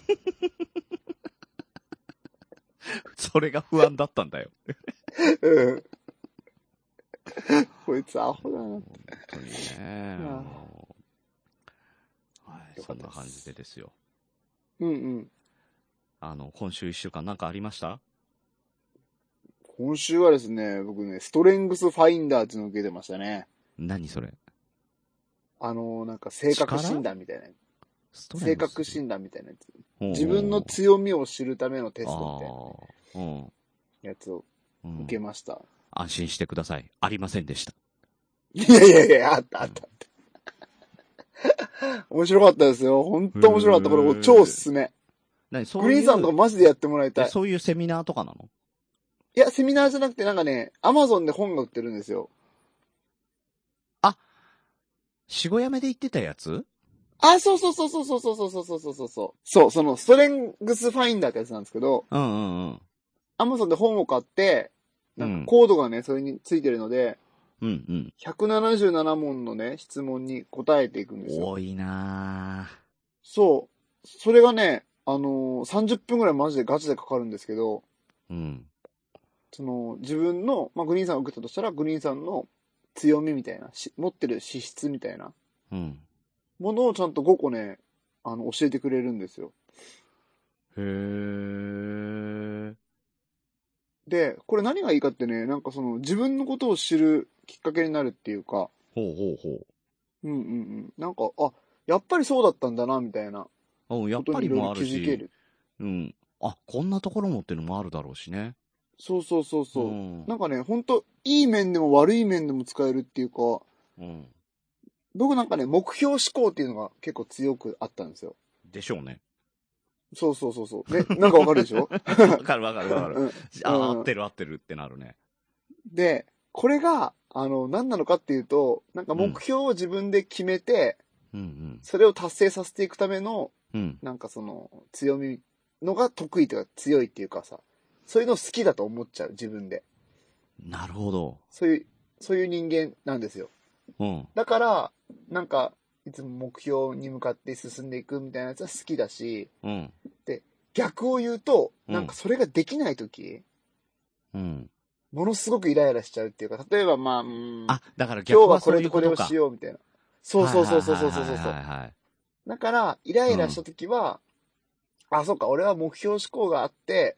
それが不安だったんだよ。 うん。こいつアホだな。 本当にね。 ああもうはい、そんな感じでですよ。 うんうん。 あの、今週一週間なんかありました？ 今週はですね、僕ね、ストレングスファインダーっていうのを受けてましたね。 何それ？ あの、なんか性格診断みたいな。性格診断みたいなやつ。自分の強みを知るためのテストみたいな、ね、やつを受けました、うん。 安心してください。ありませんでした。 いやいやいや、あったあったあった。面白かったですよ。本当面白かった。これ超おすすめ。 何そういうグリーンさんとかマジでやってもらいたい。 そういうセミナーとかなの？ いや、セミナーじゃなくてなんかね、アマゾンで本が売ってるんですよ。 あ、しごやめで言ってたやつ？ あ、そうそうそうそうそうそうそうそうそうそうそう。そう、そのストレングスファインダーってやつなんですけど、 うんうんうん。 アマゾンで本を買って、なんかコードがね、それについてるので、 うんうん。 ひゃくななじゅうなな問のね、質問に答えていくんですよ。 多いなぁ。 そう。それがね、あのー、さんじゅっぷんぐらいマジでガチでかかるんですけど、 うん。 その、自分の、まあ、グリーンさんが受けたとしたら、グリーンさんの強みみたいな、し持ってる資質みたいな、 うん。 ものをちゃんとごこね、あの、教えてくれるんですよ。 へー。 で、これ何がいいかってね、なんかその、自分のことを知るきっかけになるっていうか、 ほうほうほう。 うんうんうん。なんか、あ、やっぱりそうだったんだな、みたいな。 うん、やっぱりもあるし、 うん。 あ、こんなところもっていうのもあるだろうしね。 そうそうそうそう。 うん、 なんかね、ほんと、いい面でも悪い面でも使えるっていうか、 うん。 僕なんかね、目標思考っていうのが結構強くあったんですよ。 でしょうね。 そうそうそうそう。で、なんかわかるでしょ？ わかるわかるわかる。うん、あ、合ってる合ってるってなるね。 で、これが、あの、何なのかっていうと、なんか目標を自分で決めて、うんうん、それを達成させていくための、うん、なんかその、強みのが得意というか強いっていうかさ、そういうの好きだと思っちゃう、自分で。 なるほど。 そういう、そういう人間なんですよ。うん。だから、なんか、いつも目標に向かって進んでいくみたいなやつは好きだし、うん。で、逆を言うと、なんかそれができないとき、うん。ものすごくイライラしちゃうっていうか、例えばまあ、うん、 あ、だから逆はそういうことか。 今日はこれとこれをしようみたいな。そうそうそうそうそうそうそう。だから、イライラしたときは、うん、あ、そっか、俺は目標思考があって、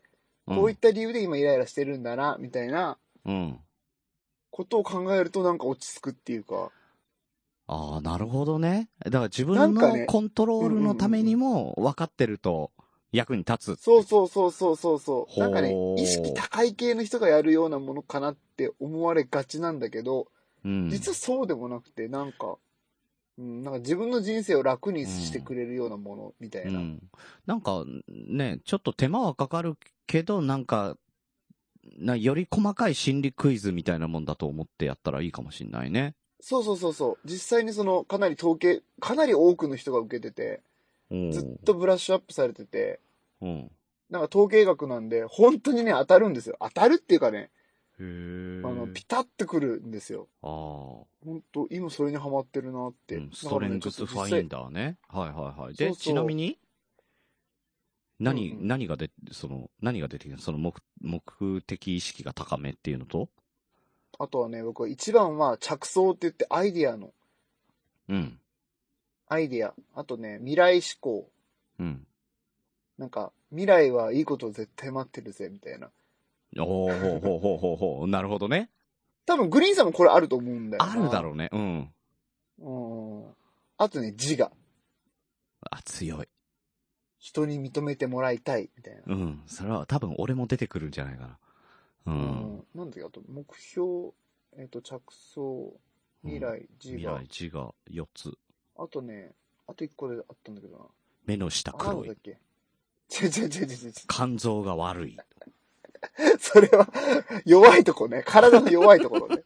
こういった理由で今イライラしてるんだな、みたいな、うん。ことを考えるとなんか落ち着くっていうか。 ああ、なるほどね。だから自分のコントロールのためにも分かってると役に立つ。 そうそうそうそうそうそう。なんかね、意識高い系の人がやるようなものかなって思われがちなんだけど、うん、実はそうでもなくて、なんか、うん、なんか自分の人生を楽にしてくれるようなものみたいな。うんうん、 なんかね、ちょっと手間はかかるけど、なんか、なより細かい心理クイズみたいなもんだと思ってやったらいいかもしれないね。 そうそうそうそう。実際にその、かなり統計、かなり多くの人が受けてて、ずっとブラッシュアップされてて、うん、なんか統計学なんで、本当にね、当たるんですよ。当たるっていうかね、へあの、ピタッとくるんですよ。ああ。本当今それにハマってるなって。うん、 ストレングスファインダーね。はいはいはい。で、そうそうちなみに何、うんうん、何が出、その、何が出てきるの？その目、目的意識が高めっていうのとあとはね、僕は一番は着想って言ってアイディアの。うん。アイディア。あとね、未来思考。うん。なんか、未来はいいことを絶対待ってるぜ、みたいな。 おー、ほうほうほうほうほう。なるほどね。 多分、グリーンさんもこれあると思うんだよな。 あるだろうね。うん。 うん。あとね、自我。 あ、強い。 人に認めてもらいたい、みたいな。 うん。それは多分俺も出てくるんじゃないかな。 うん。うん、なんだっけ、あと、目標、えっ、ー、と、着想、未来、自我。 未来、自我、よっつ。 あとね、あと一個であったんだけどな。 目の下黒い。 なんだっけ。ちょちょちょちょちょ。 肝臓が悪い。 それは、弱いとこね。体の弱いところね。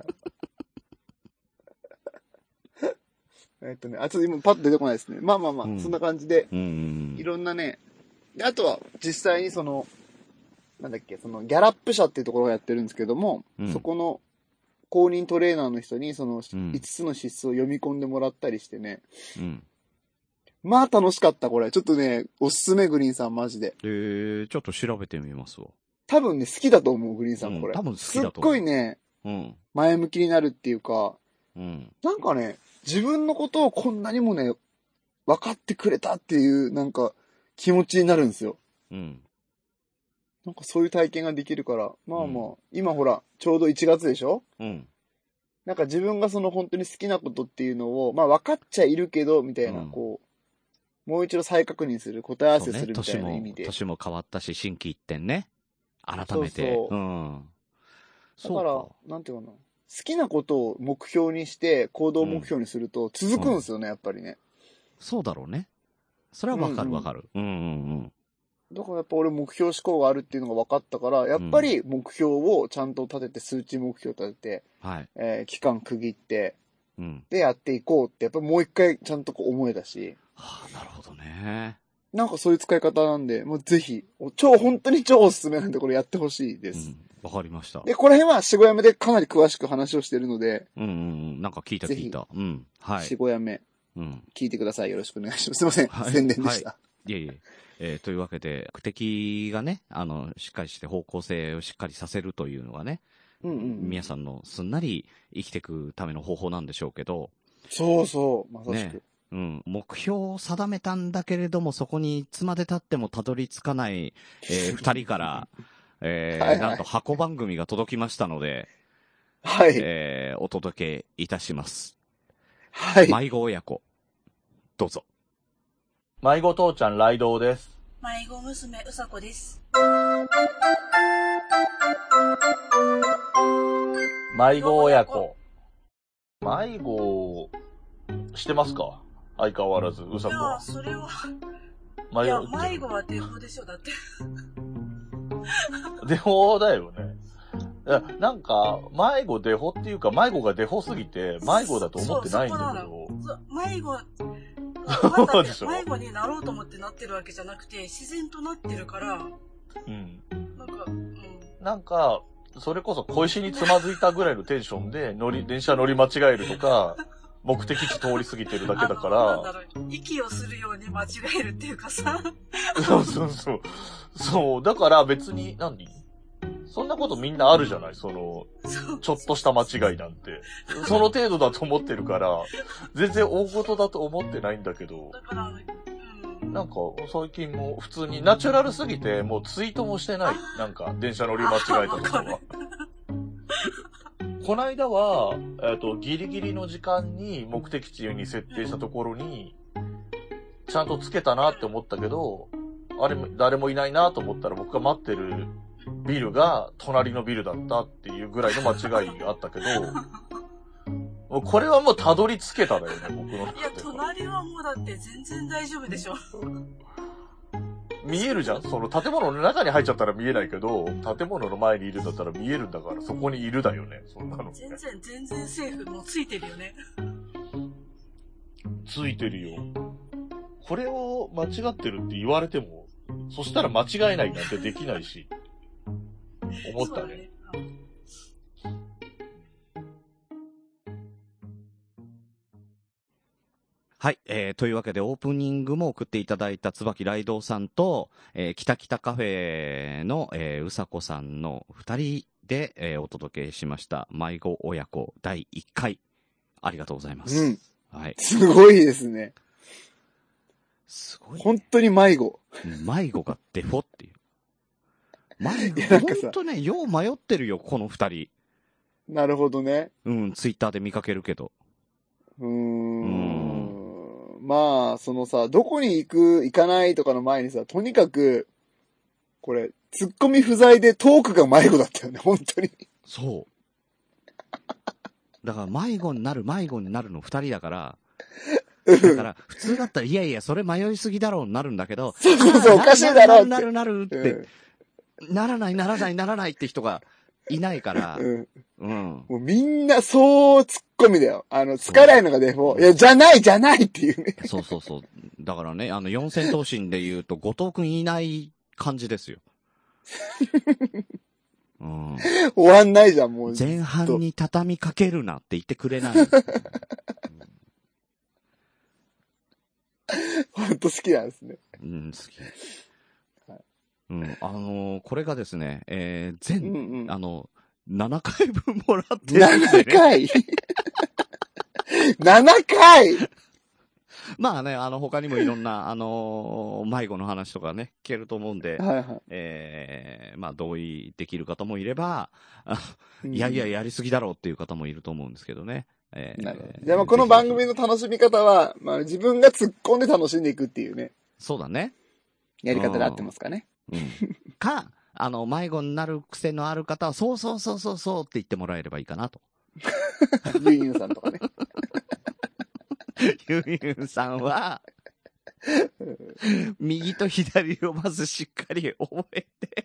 えっとね、あ、ちょっと今パッと出てこないですね。まあまあまあ、うん、そんな感じで、うんうんうん、いろんなね、で、あとは実際にその、なんだっけ、そのギャラップ社っていうところをやってるんですけども、うん、そこの公認トレーナーの人にそのいつつの資質を読み込んでもらったりしてね、うん、まあ楽しかった、これ。ちょっとね、おすすめ、グリーンさん、マジで。 えー、ちょっと調べてみますわ。 多分ね、好きだと思う、グリーンさん、これ。 うん、多分好きだと思う。 すっごいね、うん、前向きになるっていうか、うん、なんかね、自分のことをこんなにもね、分かってくれたっていう、なんか、気持ちになるんですよ。うん。 なんかそういう体験ができるから、まあまあ、うん、今ほら、ちょうどいちがつでしょ？うん。なんか自分がその本当に好きなことっていうのを、まあ分かっちゃいるけど、みたいな、うん、こう、もう一度再確認する、答え合わせするみたいな意味で。 ね、年も、年も変わったし、心機一転ね。改めて。そうそう。うん。 だから、なんていうかな。好きなことを目標にして、行動目標にすると続くんですよね、うん、やっぱりね。そうだろうね。それはわかるわかる。うんうんうん。 だからやっぱ俺目標思考があるっていうのが分かったから、やっぱり目標をちゃんと立てて、数値目標立てて、はい、えー、期間区切って、うん、でやっていこうって、やっぱもう一回ちゃんとこう思えたし。 はあ、なるほどね。 なんかそういう使い方なんで、もうぜひ、超、本当に超おすすめなんでこれやってほしいです。 わ、うん、かりました。 で、この辺は、しごやめでかなり詳しく話をしてるので。 うんうんうん。なんか聞いた聞いた。うん。はい。 しごやめ。うん。聞いてください。よろしくお願いします。すいません。はい、宣伝でした。 はい、いえいえ。えー、というわけで、目的がね、あの、しっかりして方向性をしっかりさせるというのがね、うんうんうん、皆さんのすんなり生きていくための方法なんでしょうけど。 そうそう、まさしく。 ね、うん。目標を定めたんだけれども、そこにいつまで経ってもたどり着かない、えー、二人から、えーはいはい、なんと箱番組が届きましたので、はい。えー、お届けいたします。はい。迷子親子、どうぞ。 迷子父ちゃんライドウです。 迷子娘うさこです。 迷子親子。迷子してますか？相変わらずうさこは。いや、 それは。いや、迷子はデフォでしょ、だって。 デフォだよね。いや、なんか、迷子デフォっていうか、迷子がデフォすぎて、迷子だと思ってないんだけど。 そう、迷子、そうでしょ。迷子になろうと思ってなってるわけじゃなくて、自然となってるから。うん。なんか、うん。 なんか、それこそ小石につまずいたぐらいのテンションで、乗り、電車乗り間違えるとか、目的地通り過ぎてるだけだから。なんだろう、 息をするように間違えるっていうかさ。 そうそうそう。そう、だから別に、何そんなことみんなあるじゃないその、ちょっとした間違いなんて。その程度だと思ってるから、全然大事だと思ってないんだけど。だから、うん、なんか、最近も普通にナチュラルすぎて、もうツイートもしてない。なんか、電車乗り間違えたとかは。こないだは、えっと、ギリギリの時間に目的地に設定したところに、ちゃんとつけたなって思ったけど、あれ、誰もいないなと思ったら僕が待ってるビルが隣のビルだったっていうぐらいの間違いがあったけど、もうこれはもうたどり着けただよね、僕の中で。いや、 隣はもうだって全然大丈夫でしょ。 見えるじゃんその建物の中に入っちゃったら見えないけど、建物の前にいるんだったら見えるんだから、そこにいるだよね、そんなの、ね。 全然、全然セーフもうついてるよね。 ついてるよ。これを間違ってるって言われても、そしたら間違えないなんてできないし。思ったね。 はい、えー、というわけでオープニングも送っていただいた椿ライドウさんと、えー、北北カフェの、えー、うさこさんの二人で、えー、お届けしました迷子親子だいいっかい。ありがとうございます。 うん。 はい。 すごいですね。 すごい、ね。 本当に迷子。 迷子がデフォっていう。迷子、ほんとね、よう迷ってるよ、この二人。 なるほどね。 うん、ツイッターで見かけるけど。 うーん。うんまあ、そのさ、どこに行く、行かないとかの前にさ、とにかく、これ、ツッコミ不在でトークが迷子だったよね、本当に。 そう。だから迷子になる迷子になるの二人だから、だから、普通だったら、いやいや、それ迷いすぎだろうになるんだけど、 そうそうそう、おかしいだろうって。 なるなるなるって、うん、ならないならないならないって人がいないから、うん。うん。 もうみんなそうツッコミだよ。あの、つかないのがデフォ。いや、じゃないじゃないっていうね。 そうそうそう。だからね、あの、四千頭身で言うと、後藤くんいない感じですよ。うん、 終わんないじゃん、もう。 前半に畳みかけるなって言ってくれない。 本当好きなんですね。 うん、好き。はい、うん、あのー、これがですね、えー、全、うんうん、あの、ななかいぶんもらってるんで、ね。 ななかい ?なな 回まあね、あの、他にもいろんな、あのー、迷子の話とかね、聞けると思うんで、 はいはい。 えー、まあ、同意できる方もいれば、 うん、 いやいや、やりすぎだろうっていう方もいると思うんですけどね。えー、 なるほど。じゃあまあこの番組の楽しみ方は、まあ自分が突っ込んで楽しんでいくっていうね。 そうだね。 やり方で合ってますかね。 うん。か、あの、迷子になる癖のある方は、そうそうそうそうそうって言ってもらえればいいかなと。 ユンユンさんとかね。 ユンユンさんは、右と左をまずしっかり覚えて、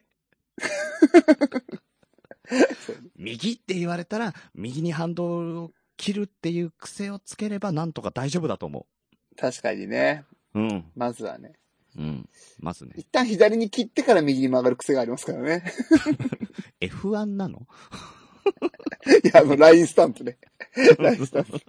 右って言われたら、右にハンドルを切るっていう癖をつければなんとか大丈夫だと思う。確かにね。 うん。 まずはね。 うん。まずね。 一旦左に切ってから右に曲がる癖がありますからね。 エフワン なのいや、あの、ラインスタンプね。ラインスタンプ。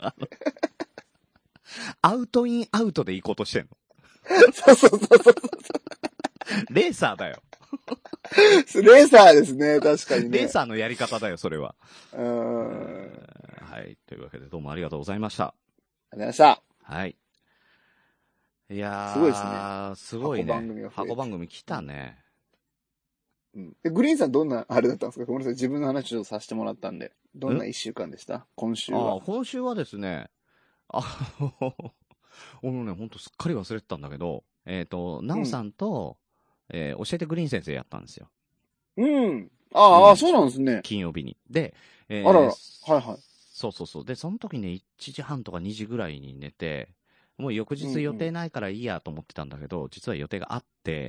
アウトインアウトで行こうとしてんのそうそうそうそう。 レーサーだよ。 レーサーですね、確かにね。 レーサーのやり方だよ、それは。 うーん。 はい。というわけで、どうもありがとうございました。 ありがとうございました。 はい。いやー、 すごいですね。 すごいね。 箱番組が増えて箱番組来たね。 うん。で、グリーンさんどんな、あれだったんですか？ごめんなさい。自分の話をさせてもらったんで。どんな一週間でした今週は。 あ今週はですね、あ俺もね、ほんとすっかり忘れてたんだけど、えっ、ー、と、なおさんと、うん、えー、教えてグリーン先生やったんですよ。 うん。ああ、うん、そうなんですね。 金曜日に。で、えー、 あらら。はいはい。 そうそうそう。で、その時ね、いちじはんとかにじぐらいに寝て、もう翌日予定ないからいいやと思ってたんだけど、うんうん、実は予定があって、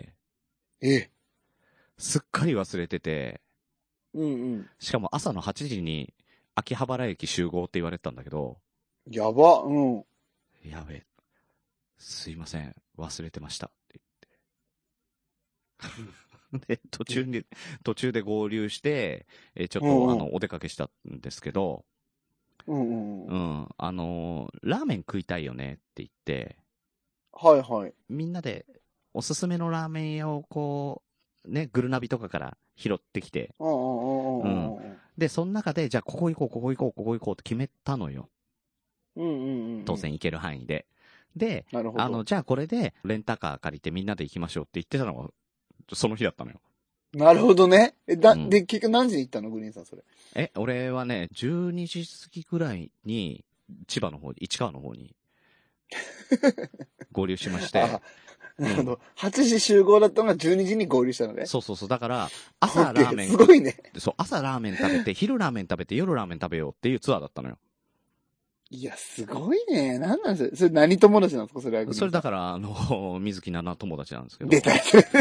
えすっかり忘れてて、 うんうん。 しかも朝のはちじに秋葉原駅集合って言われてたんだけど、 やば、うん。 やべえ。すいません。忘れてました。って言って。で、途中に、途中で合流して、えちょっと、うんうん、あの、お出かけしたんですけど、 うんうんうん。 うん。あのー、ラーメン食いたいよねって言って、 はいはい。 みんなで、おすすめのラーメン屋をこう、ね、グルナビとかから拾ってきて、 うん。 で、その中で、じゃあここ行こう、ここ行こう、ここ行こうって決めたのよ。 うんうんうん。 当然行ける範囲で。で、 なるほど。 あの、じゃあこれで、レンタカー借りてみんなで行きましょうって言ってたのが、その日だったのよ。 なるほどね。え、だ、うん、で、結局何時に行ったのグリーンさん、それ。 え、俺はね、じゅうにじ過ぎぐらいに、千葉の方に、市川の方に、合流しまして。 あ、なるほど、うん。はちじ集合だったのがじゅうにじに合流したのね。 そうそうそう。だから、朝ラーメン。 すごいね。 そう、朝ラーメン食べて、昼ラーメン食べて、夜ラーメン食べようっていうツアーだったのよ。いや、すごいね。何なんですかそれ何友達なんですかそれは。 それだから、あの、水木奈々友達なんですけど。 出た。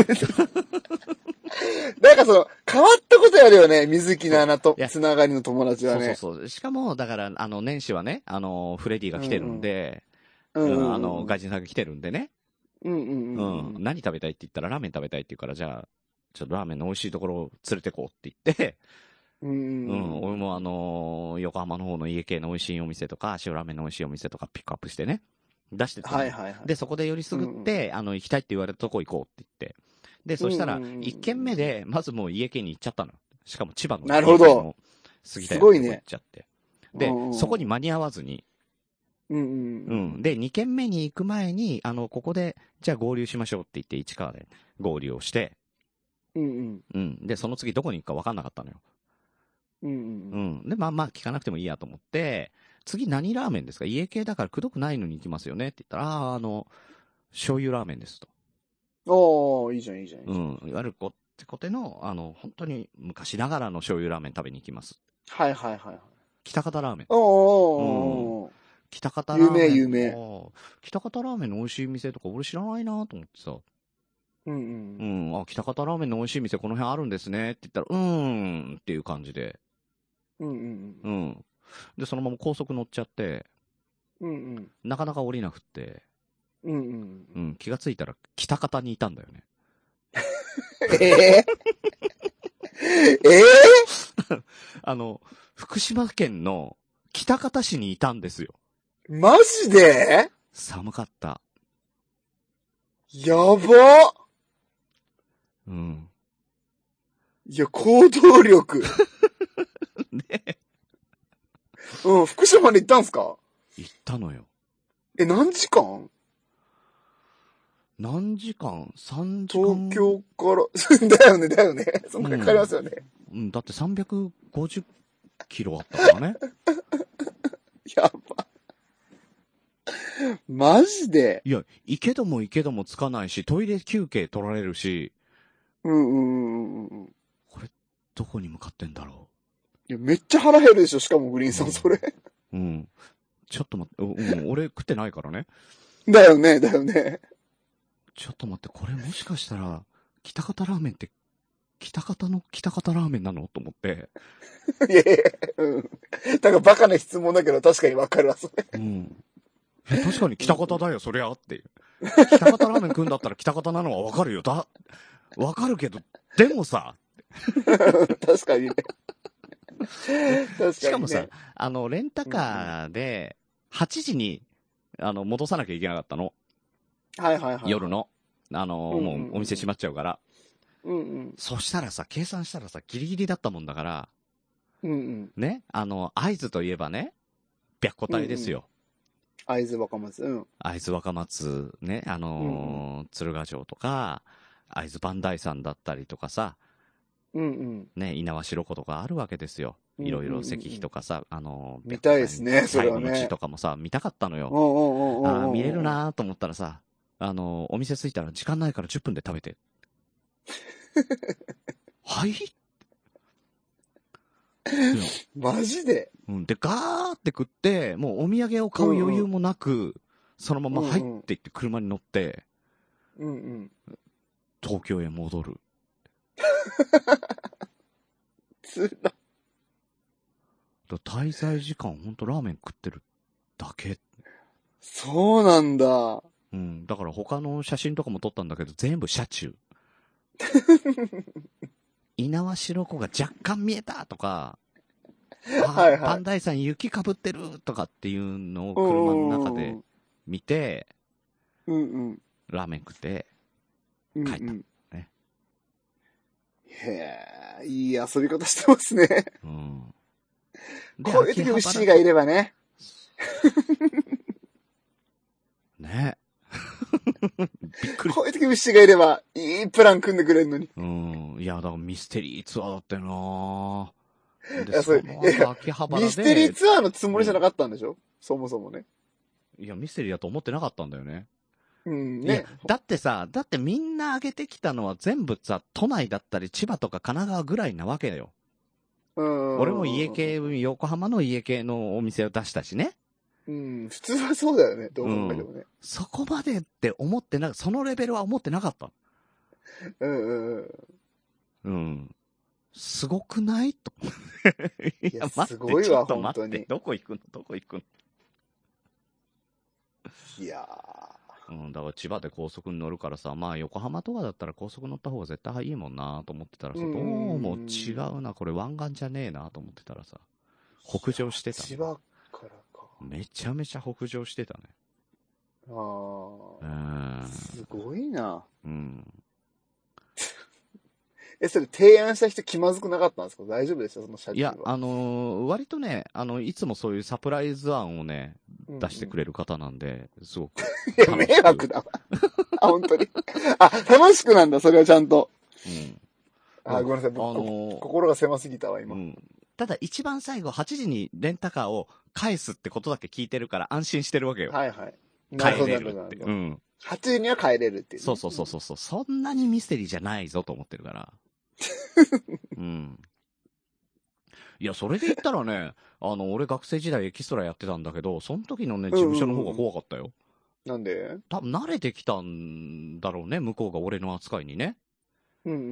なんかその、変わったことやるよね。水木奈々と、つながりの友達はね。 そうそうそう。しかも、だから、あの、年始はね、あの、フレディが来てるんで、 うんうん、うんうん、 あの、外人さんが来てるんでね。 うんうんうん。 うん。何食べたいって言ったら、ラーメン食べたいって言うから、じゃあ、ちょっとラーメンの美味しいところを連れてこうって言って、 うん、うん。 うん。俺もあのー、横浜の方の家系の美味しいお店とか、塩ラーメンの美味しいお店とかピックアップしてね。出してた。 はいはいはい。 で、そこでよりすぐって、うん、あの、行きたいって言われたとこ行こうって言って。で、そしたら、一軒目で、まずもう家系に行っちゃったの。しかも千葉の。 なるほど。 杉田屋のとこ行っちゃって。で、 うんうん、 そこに間に合わずに。 うんうん。 うん。で、二軒目に行く前に、あの、ここで、じゃあ合流しましょうって言って、市川で合流をして。 うんうん。 うん。で、その次どこに行くか分かんなかったのよ。 うんうん。 うん。で、まあまあ聞かなくてもいいやと思って、次何ラーメンですか？家系だからくどくないのに行きますよねって言ったら、ああ、あの、醤油ラーメンですと。 おー、いいじゃんいいじゃん。 うん。いわゆるこってこての、あの、本当に昔ながらの醤油ラーメン食べに行きます。 はいはいはい。 北方ラーメン。 おーおーおー、うん。 北方ラーメン。 有名有名。 北方ラーメンの美味しい店とか俺知らないなと思ってさ。 うんうん。 うん。あ、北方ラーメンの美味しい店この辺あるんですねって言ったら、うーんっていう感じで。 うんうんうん。 うん。で、そのまま高速乗っちゃって、 うんうん。 なかなか降りなくって、 うんうん。 うん。気がついたら北方にいたんだよね。 ええー、ええー、あの、福島県の北方市にいたんですよ。 マジで？ 寒かった。 やば。 うん。 いや、行動力。 ね。 うん、福島まで行ったんすか？ 行ったのよ。 え、何時間？ 何時間 ?さん 時間。 東京から、だよね、だよね。そんなかかりますよね。 うん、うん、だってさんびゃくごじゅっキロあったからね。 やば。マジで？ いや、行けども行けどもつかないし、トイレ休憩取られるし。 うんうんうんうん。 これ、どこに向かってんだろう。いや、めっちゃ腹減るでしょ、しかもグリーンさん、それ。 うん。ちょっと待って、うん、俺食ってないからね。 だよね、だよね。 ちょっと待って、これもしかしたら、北方ラーメンって、北方の北方ラーメンなのと思って。 いやいや、うん。だからバカな質問だけど確かにわかるわ、それ。 うん。確かに北方だよ、そりゃっていう。北方ラーメン食うんだったら北方なのはわかるよ。だ、わかるけど、でもさ。 確かにね。確かにね。 しかもさ、あの、レンタカーで、はちじに、あの、戻さなきゃいけなかったの。 はいはいはい。 夜の。あの、 うんうんうん、 もうお店閉まっちゃうから。 うんうん。 そしたらさ、計算したらさ、ギリギリだったもんだから。 うんうん。 ね、あの、会津といえばね、白虎隊ですよ。 会津若松。うん。 会津若松、ね、あのーうんうん、鶴ヶ城とか、会津磐梯山だったりとかさ、 うんうん。 ね、猪苗代湖とかあるわけですよ。いろいろ石碑とかさ、あのー、見たいですね、それはね。 最後の地とかもさ、見たかったのよ。 おうおうおうおうあ見れるなと思ったらさ、あのー、お店着いたら時間ないからじゅっぷんで食べて。はいマジで？ うん。で、ガーって食って、もうお土産を買う余裕もなく、うんうん、そのまま入っていって車に乗って、 うんうん、 東京へ戻る。 つら。 滞在時間ほんとラーメン食ってるだけ。 そうなんだ。 うん。だから他の写真とかも撮ったんだけど、全部車中。猪苗代湖が若干見えたとか、はいはい、磐梯山雪かぶってるとかっていうのを車の中で見て、 うんうん、 ラーメン食って帰った、うんうんね、 へえ、いい遊び方してますね。うん、こういう時ウッシーがいればね。 ね。びっくり。 こういう時ウッシーがいればいいプラン組んでくれるのに。 うん。いや、だからミステリーツアーだったよなぁ。 いや、それ、いや、ミステリーツアーのつもりじゃなかったんでしょ、うん、そもそもね。 いや、ミステリーだと思ってなかったんだよね。 うんね。 だってさ、だってみんな挙げてきたのは全部さ、都内だったり千葉とか神奈川ぐらいなわけだよ。うん俺も家系、横浜の家系のお店を出したしね。 うん、普通はそうだよね、どう考えてもね、うん。 そこまでって思ってな、そのレベルは思ってなかった。 うんうんうん。 うん。すごくないと。 いや、すごいわ、本当に。 どこ行くのどこ行くのいやー。うん、だから千葉で高速に乗るからさ、まあ横浜とかだったら高速乗った方が絶対いいもんなと思ってたらさ、どうも違うな、これ湾岸じゃねえなと思ってたらさ、北上してた、ね。 千葉からか。 めちゃめちゃ北上してたね。 ああ。すごいな。 うん。 え、それ提案した人気まずくなかったんですか？大丈夫でしたその社長は。 いや、あのー、割とね、あの、いつもそういうサプライズ案をね、うんうん、出してくれる方なんで、すごく。 いや、迷惑だわ。あ、本当に。あ、楽しくなんだ、それはちゃんと。うん。あ、ごめんなさい。あのー、心が狭すぎたわ、今。うん。 ただ一番最後はちじにレンタカーを返すってことだけ聞いてるから安心してるわけよ。 はいはい。 帰れるって。うん。 はちじには帰れるっていう、ね。 そうそうそうそう。そんなにミステリーじゃないぞと思ってるから。うん。いや、それで言ったらね、あの、俺学生時代エキストラやってたんだけど、その時のね、事務所の方が怖かったよ。 うんうんうん、なんで？ 多分慣れてきたんだろうね、向こうが俺の扱いにね。 うんうんうん。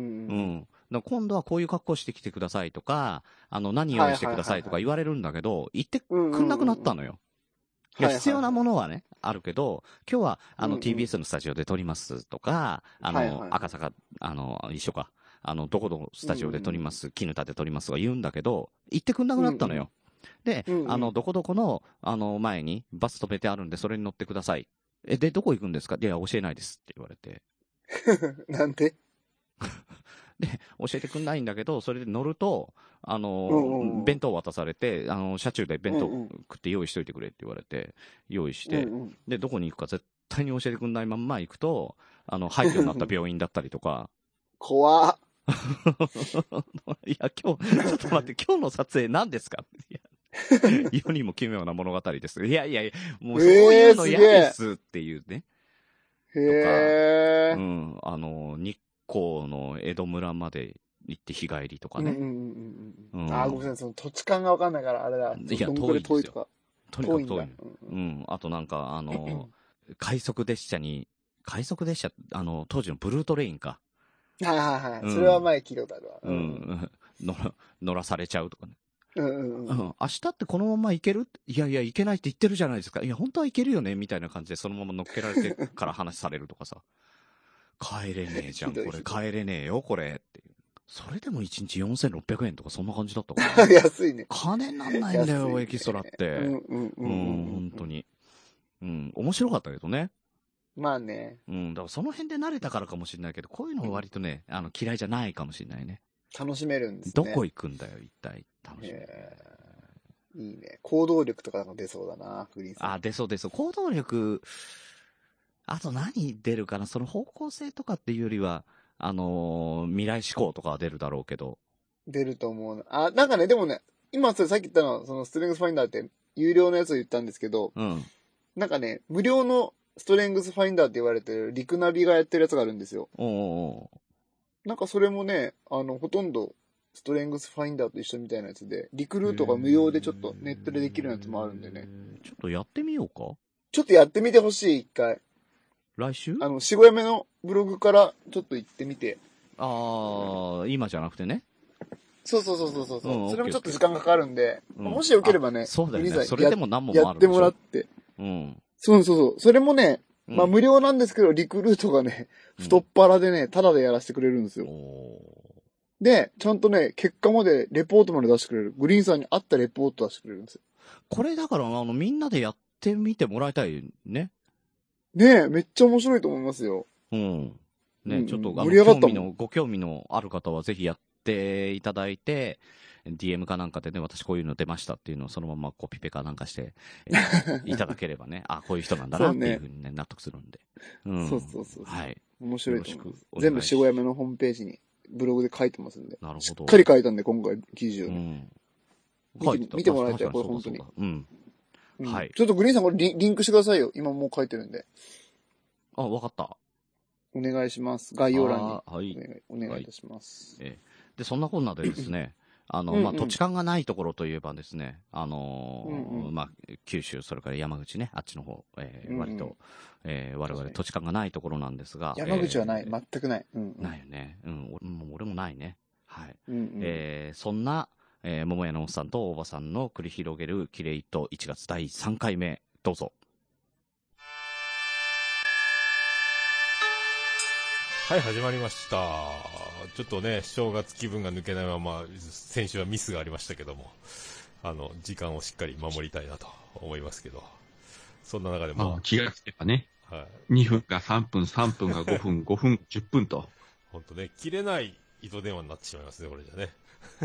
うん。今度はこういう格好してきてくださいとか、あの、何用意してくださいとか言われるんだけど、言ってくんなくなったのよ。いや、必要なものはね、あるけど、今日は、あの、ティービーエス のスタジオで撮りますとか、あの、赤坂、あの、一緒か。あの、どこどこスタジオで撮ります、絹田で撮りますとか言うんだけど、言ってくんなくなったのよ。で、あの、どこどこの、あの、前にバス止めてあるんで、それに乗ってください。え、で、どこ行くんですか？いや、教えないですって言われて。 なんでで、教えてくんないんだけど、それで乗ると、あの、うんうん、弁当渡されて、あの、車中で弁当食って用意しといてくれって言われて、用意して、うんうん、で、どこに行くか絶対に教えてくんないまんま行くと、あの、廃墟になった病院だったりとか。 怖っ。 いや、今日、ちょっと待って、今日の撮影何ですかいや世にも奇妙な物語です。いやいやいや、もうそういうの嫌ですっていうね。 へー。 とか、うん、あの、日光の江戸村まで行って日帰りとかね。うんうんうんうん。あ、ごめんなさい、その土地勘がわかんないから、あれだ。 いや、遠いですよ。とかとにかく遠い。うん。あとなんか、あの、快速列車に、快速列車、あの、当時のブルートレインか。 はいはいはい。うん、それは前聞いたことあるわ。 うん。乗ら、乗らされちゃうとかね。 うんうんうん。 明日ってこのまま行けるいやいや、行けないって言ってるじゃないですか。いや、本当は行けるよねみたいな感じでそのまま乗っけられてから話されるとかさ。帰れねえじゃん、これ。帰れねえよ、これ。っていう。それでもいちにちよんせんろっぴゃくえんとかそんな感じだったから、 ね。安いね。 金なんないんだよ、エキストラって。うんうんうん。うん、本当に。うん、面白かったけどね。 まあね。 うん、だからその辺で慣れたからかもしれないけど、こういうのは割とね、あの、嫌いじゃないかもしれないね。 楽しめるんですね。 どこ行くんだよ、一体。楽しめる。 いいね。行動力とかが出そうだな、グリーンさん。 あ、出そう出そう。行動力、あと何出るかなその方向性とかっていうよりは、あのー、未来志向とかは出るだろうけど。 出ると思う。あ、なんかね、でもね、今それさっき言ったのは、そのストレングスファインダーって有料のやつを言ったんですけど、うん。なんかね、無料のストレングスファインダーって言われてるリクナビがやってるやつがあるんですよ。おうおうなんかそれもね、あの、ほとんどストレングスファインダーと一緒みたいなやつで、リクルートが無料でちょっとネットでできるやつもあるんでね。 ちょっとやってみようかちょっとやってみてほしい、一回。 来週あの、しごやめのブログからちょっと行ってみて。 ああ、今じゃなくてね。 そうそうそうそうそう。うん、それもちょっと時間がかかるんで、うん、もしよければね、 そうだよね。それでも何もあるやってもらって。うん。そうそうそう。それもね、まあ無料なんですけど、リクルートがね、太っ腹でね、タダでやらせてくれるんですよ。で、ちゃんとね、結果まで、レポートまで出してくれる。グリーンさんに合ったレポート出してくれるんですよ。 これだから、あの、みんなでやってみてもらいたいね。 ねえ、めっちゃ面白いと思いますよ。 うん。ね、うん、ちょっと、あの、興味の、ご興味のある方はぜひやっていただいて、ディーエム かなんかでね、私こういうの出ましたっていうのをそのままコピペかなんかして、えー、いただければね、あ、こういう人なんだなっていうふうにね、納得するんで。 うん。そうそうそう。 はい。 面白いと思います。全部しごやめのホームページに、ブログで書いてますんで。 なるほど。 しっかり書いたんで、今回記事を、ね。 うん。 見て、見てもらいたい、これ本当に。 うん。はい。 ちょっとグリーンさんこれリンクしてくださいよ。今もう書いてるんで。 あ、わかった。 お願いします。概要欄に。 はい。 お願いいたします。 えで、そんなこんなでですね、あの、まあ、土地勘がないところといえばですね、あのー、まあ、九州、それから山口ね、あっちの方、えー、割と、えー、我々土地勘がないところなんですが。 山口はない、全くない。 ないよね。うん、俺もないね。はい。えー、そんな、えー、桃屋のおっさんと大場さんの繰り広げるキレイといちがつだいさんかいめ、どうぞ。 はい、始まりました。ちょっとね、正月気分が抜けないまま、先週はミスがありましたけども、あの、時間をしっかり守りたいなと思いますけど、そんな中でも。 気がつけばね、はい、にふんがさんぷん、さんぷんがごふん、ごふん、じゅっぷんと。 ほんとね、切れない糸電話になってしまいますね、これじゃね。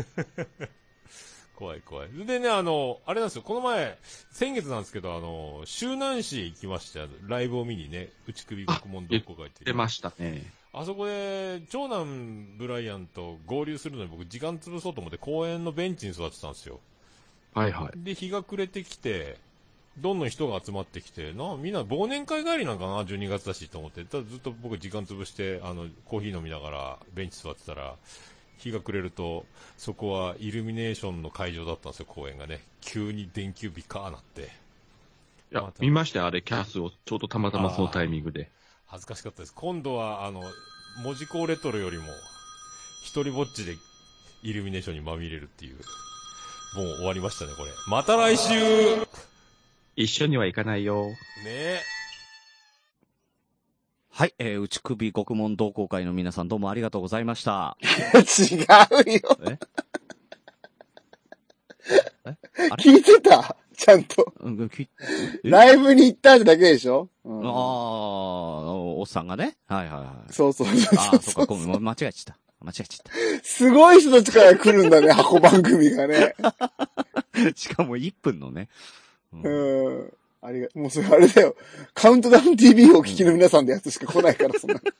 怖い怖い。でね、あの、あれなんですよ、この前、先月なんですけど、あの、周南市へ行きまして、ライブを見にね、内首学問同好会って。 出ましたね。 あそこで、長男ブライアンと合流するのに僕時間潰そうと思って公園のベンチに座ってたんですよ。 はいはい。 で、日が暮れてきて、どんどん人が集まってきて、な、みんな忘年会帰りなんかな、じゅうにがつだしと思って、ただずっと僕時間潰して、あの、コーヒー飲みながらベンチ座ってたら、日が暮れると、そこはイルミネーションの会場だったんですよ、公園がね。急に電球ビカーなって。いや、ま、見ましたよ、あれ、キャスを、ちょうどたまたまそのタイミングで。 恥ずかしかったです。今度は、あの、文字工レトロよりも、一人ぼっちでイルミネーションにまみれるっていう。もう終わりましたね、これ。また来週一緒には行かないよ。 ねえ。 はい、えー、内首獄門同好会の皆さんどうもありがとうございました。 違うよ。ええ聞いてたちゃんと。うん、ライブに行ったってだけでしょ、うん、 ああ、おっさんがね。はいはいはい。 そうそうそうそう。 ああ、そっか、ごめん、間違えちゃった。間違えちゃった。 すごい人たちから来るんだね、箱番組がね。 しかもいっぷんのね。 うん。うんありが、もうそれあれだよ。カウントダウン ティーブイ をお聞きの皆さんのやつしか来ないから、そんな。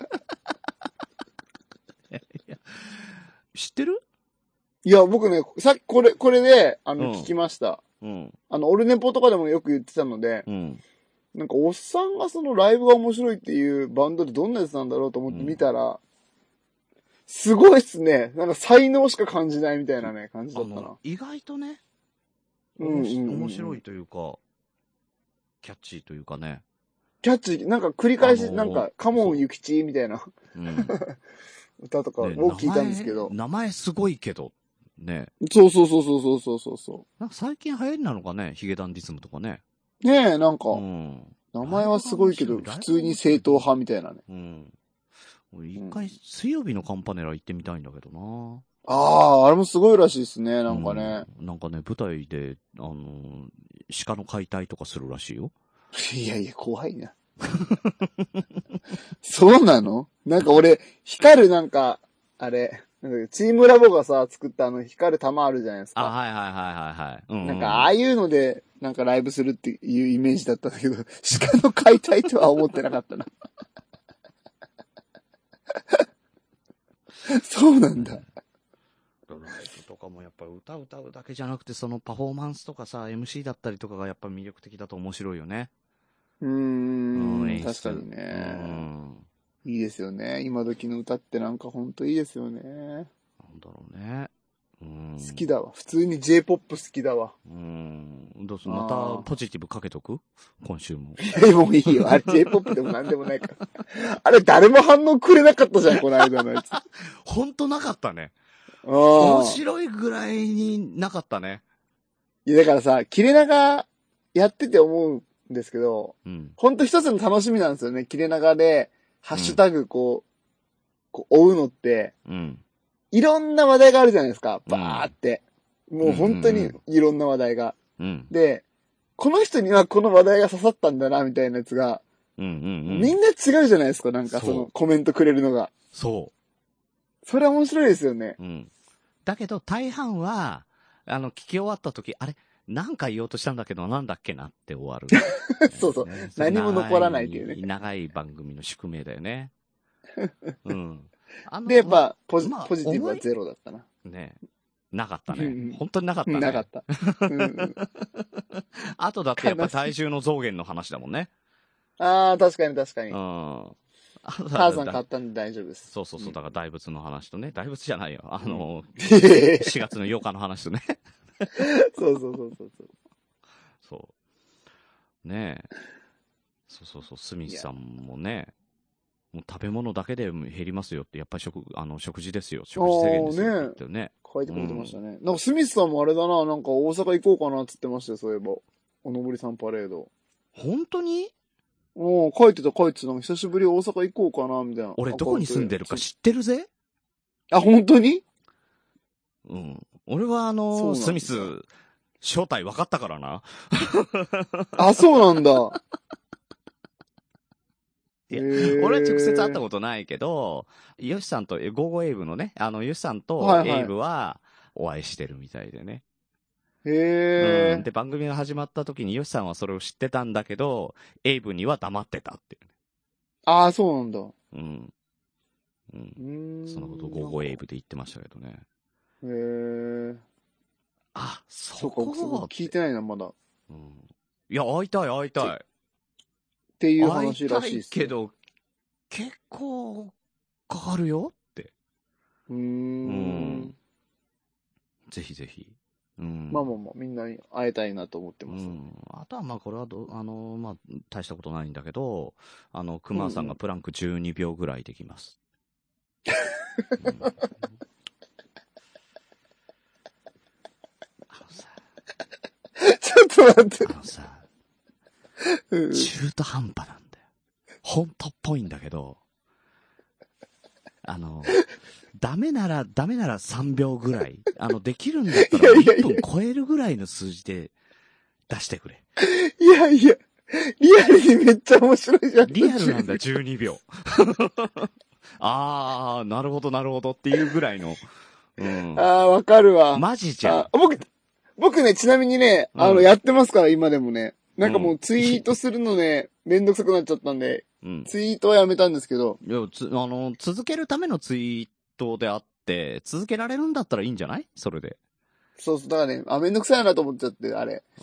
知ってる？ いや、僕ね、さっきこれ、これで、あの、 うん聞きました。 うん。 あの、オルネポとかでもよく言ってたので、 うん。 なんか、おっさんがそのライブが面白いっていうバンドでどんなやつなんだろうと思って見たら、うん、すごいっすね。なんか才能しか感じないみたいなね、感じだったな。 意外とね、 うんうんうんうん、 面白いというか、キャッチーというかね。 キャッチー、なんか繰り返し、あのー、なんか、カモンユキチみたいな、うん、歌とかを聞いたんですけど、 ね、名前、名前すごいけど、ね。 そうそうそうそうそうそうそう。 なんか最近流行りなのかね、ヒゲダンディズムとかね。 ねえ、なんか、うん、名前はすごいけど、普通に正統派みたいなね。うん。 俺一回、水曜日のカンパネラ行ってみたいんだけどな。 ああ、あれもすごいらしいですね、なんかね。 うん、なんかね、舞台で、あのー、鹿の解体とかするらしいよ。 いやいや、怖いな。そうなの？なんか俺、光るなんか、あれ、なんかチームラボがさ、作ったあの光る玉あるじゃないですか。 あ、はいはいはいはいはい。うんうん、 なんかああいうので、なんかライブするっていうイメージだったんだけど、鹿の解体とは思ってなかったな。そうなんだ。 ライブとかもやっぱ歌歌うだけじゃなくて、そのパフォーマンスとかさ、エムシー だったりとかがやっぱ魅力的だと面白いよね。 うーん、うん、確かにね、うん。いいですよね。今時の歌ってなんかほんといいですよね。なんだろうね。うん、 好きだわ。普通に J-ポップ 好きだわ。 うん。どうする？またポジティブかけとく？今週も。 いや、もういいよ。あれ J-ポップ でもなんでもないから。あれ誰も反応くれなかったじゃん、この間のやつ。 ほんとなかったね。面白いぐらいになかったね。 いや、だからさ、切れ長やってて思うんですけど、うん、ほんと一つの楽しみなんですよね。切れ長で、ハッシュタグこう、うん、こう追うのって、うん、いろんな話題があるじゃないですか。バーって。うん、もう本当にいろんな話題が、うん。で、この人にはこの話題が刺さったんだな、みたいなやつが、うんうんうん、みんな違うじゃないですか。なんかそのコメントくれるのが。 そう。 それは面白いですよね。 うん。だけど大半は、あの、聞き終わった時、あれなんか言おうとしたんだけど、なんだっけなって終わる。 そうそう、ね。何も残らないっていうね。 長い番組の宿命だよね。うん。 あので、やっぱポジ、まあ、ポジティブはゼロだったな。 ねなかったね。うん、本当になかったね。 なかった。うん、 あとだってやっぱ体重の増減の話だもんね。 ああ、確かに確かに。うん。 母さん買ったんで大丈夫です。 そうそうそう。だから大仏の話とね。大仏じゃないよ。あの、しがつのようかの話とね。 そうそうそうそうそう。 そう。ねえ。そうそうそう。スミスさんもね。もう食べ物だけで減りますよって、やっぱり食、あの、食事ですよ。食事制限ですよって言ってね。 書いてくれてましたね。うん、なんかスミスさんもあれだな、なんか大阪行こうかなって言ってましたよ、そういえば。おのぼりさんパレード。 本当に？ うん、書いてた書いてた。なんか久しぶり大阪行こうかな、みたいな。 俺どこに住んでるか知ってるぜ？ あ、本当に？ うん。俺はあのー、スミス、正体分かったからな。 あ、そうなんだ。 いや、俺は直接会ったことないけど、ヨシさんと、ゴーゴーエイブのね、あの、ヨシさんとエイブはお会いしてるみたいでね。 へー、 うん。で、番組が始まった時にヨシさんはそれを知ってたんだけど、エイブには黙ってたっていう、ね。 ああ、そうなんだ。 うん。うん。うんそのことをゴーゴーエイブで言ってましたけどね。 へー。 あ、そこそうか、聞いてないな、まだ。 うん。いや、会いたい、会いたい。 っていう話らしいです、ね。 けど、結構、かかるよって。 うーん。うん。 ぜひぜひ。うん。 まあまあまあ、みんなに会えたいなと思ってます。 うん。あとはまあ、これはど、あの、まあ、大したことないんだけど、あの、熊さんがプランクじゅうにびょうぐらいできます。うんうん、あのさ。 ちょっと待って。 あのさ。中途半端なんだよ。本当っぽいんだけど、あの、ダメなら、ダメならさんびょうぐらい。あの、できるんだったらいっぷん超えるぐらいの数字で出してくれ。 いやいや、リアルにめっちゃ面白いじゃん。 リアルなんだ、じゅうにびょう。あー、なるほどなるほどっていうぐらいの。うん、 あー、わかるわ。 マジじゃん。 僕、僕ね、ちなみにね、あの、うん、やってますから、今でもね。 なんかもうツイートするのね、めんどくさくなっちゃったんで、うん、ツイートはやめたんですけど。 いや、つ、あの、続けるためのツイートであって、続けられるんだったらいいんじゃない？それで。 そうそう、だからね、あ、めんどくさいなと思っちゃって、あれ。うん。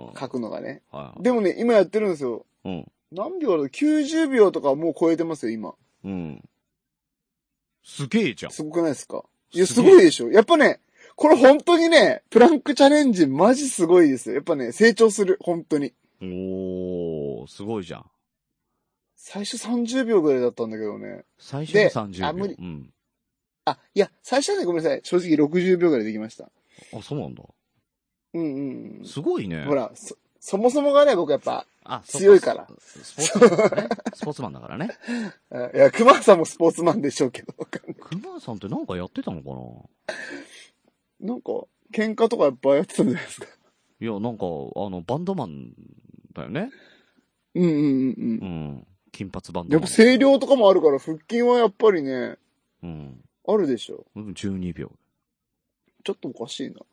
書くのがね。はい。でもね、今やってるんですよ。うん。何秒だ ?きゅうじゅう 秒とかもう超えてますよ、今。うん。 すげえじゃん。 すごくないですか？いや、すごいでしょ。やっぱね、これ本当にね、プランクチャレンジマジすごいですよ。やっぱね、成長する、本当に。 おー、すごいじゃん。 最初さんじゅうびょうぐらいだったんだけどね。 最初でさんじゅうびょう。あ、無理。うん。 あ、いや、最初はね、ごめんなさい。正直ろくじゅうびょうぐらいできました。 あ、そうなんだ。 うんうんうん。 すごいね。 ほら、そ、そもそもがね、僕やっぱ、強いから。 スポーツマンだからね。スポーツマンだからね。 いや、熊さんもスポーツマンでしょうけど。 熊さんってなんかやってたのかななんか、喧嘩とかやっぱやってたんじゃないですか。 いや、なんか、あの、バンドマンだよね。 うんうんうんうん。うん。 金髪バンドマン。 やっぱ声量とかもあるから、腹筋はやっぱりね、うん。あるでしょ。 じゅうにびょう。 ちょっとおかしいな。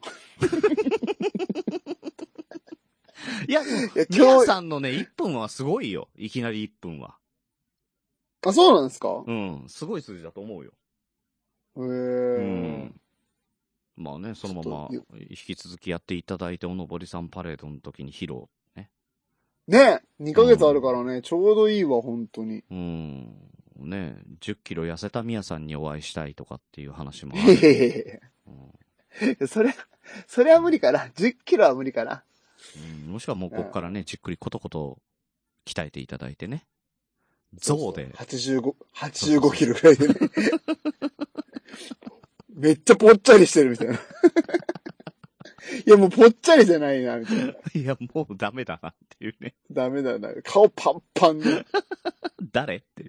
いや、皆さんのね、いっぷんはすごいよ。いきなりいっぷんは。 あ、そうなんですか？ うん。すごい数字だと思うよ。 へー。うん。 まあね、そのまま、引き続きやっていただいて、おのぼりさんパレードの時に披露。ね。 ねにかげつあるからね、うん、ちょうどいいわ、本当に。 うん。ねじゅっキロ痩せたみやさんにお会いしたいとかっていう話もある。 へへへ。それ、それは無理かな。じゅっキロは無理かな。 うん、もしくはもうここからね、じっくりコトコト鍛えていただいてね。象で。 はちじゅうご、はちじゅうごキロぐらいでね。めっちゃぽっちゃりしてるみたいな。いやもうぽっちゃりじゃないな、みたいな。 いやもうダメだなっていうね。 ダメだな。顔パンパンで。 誰っていう。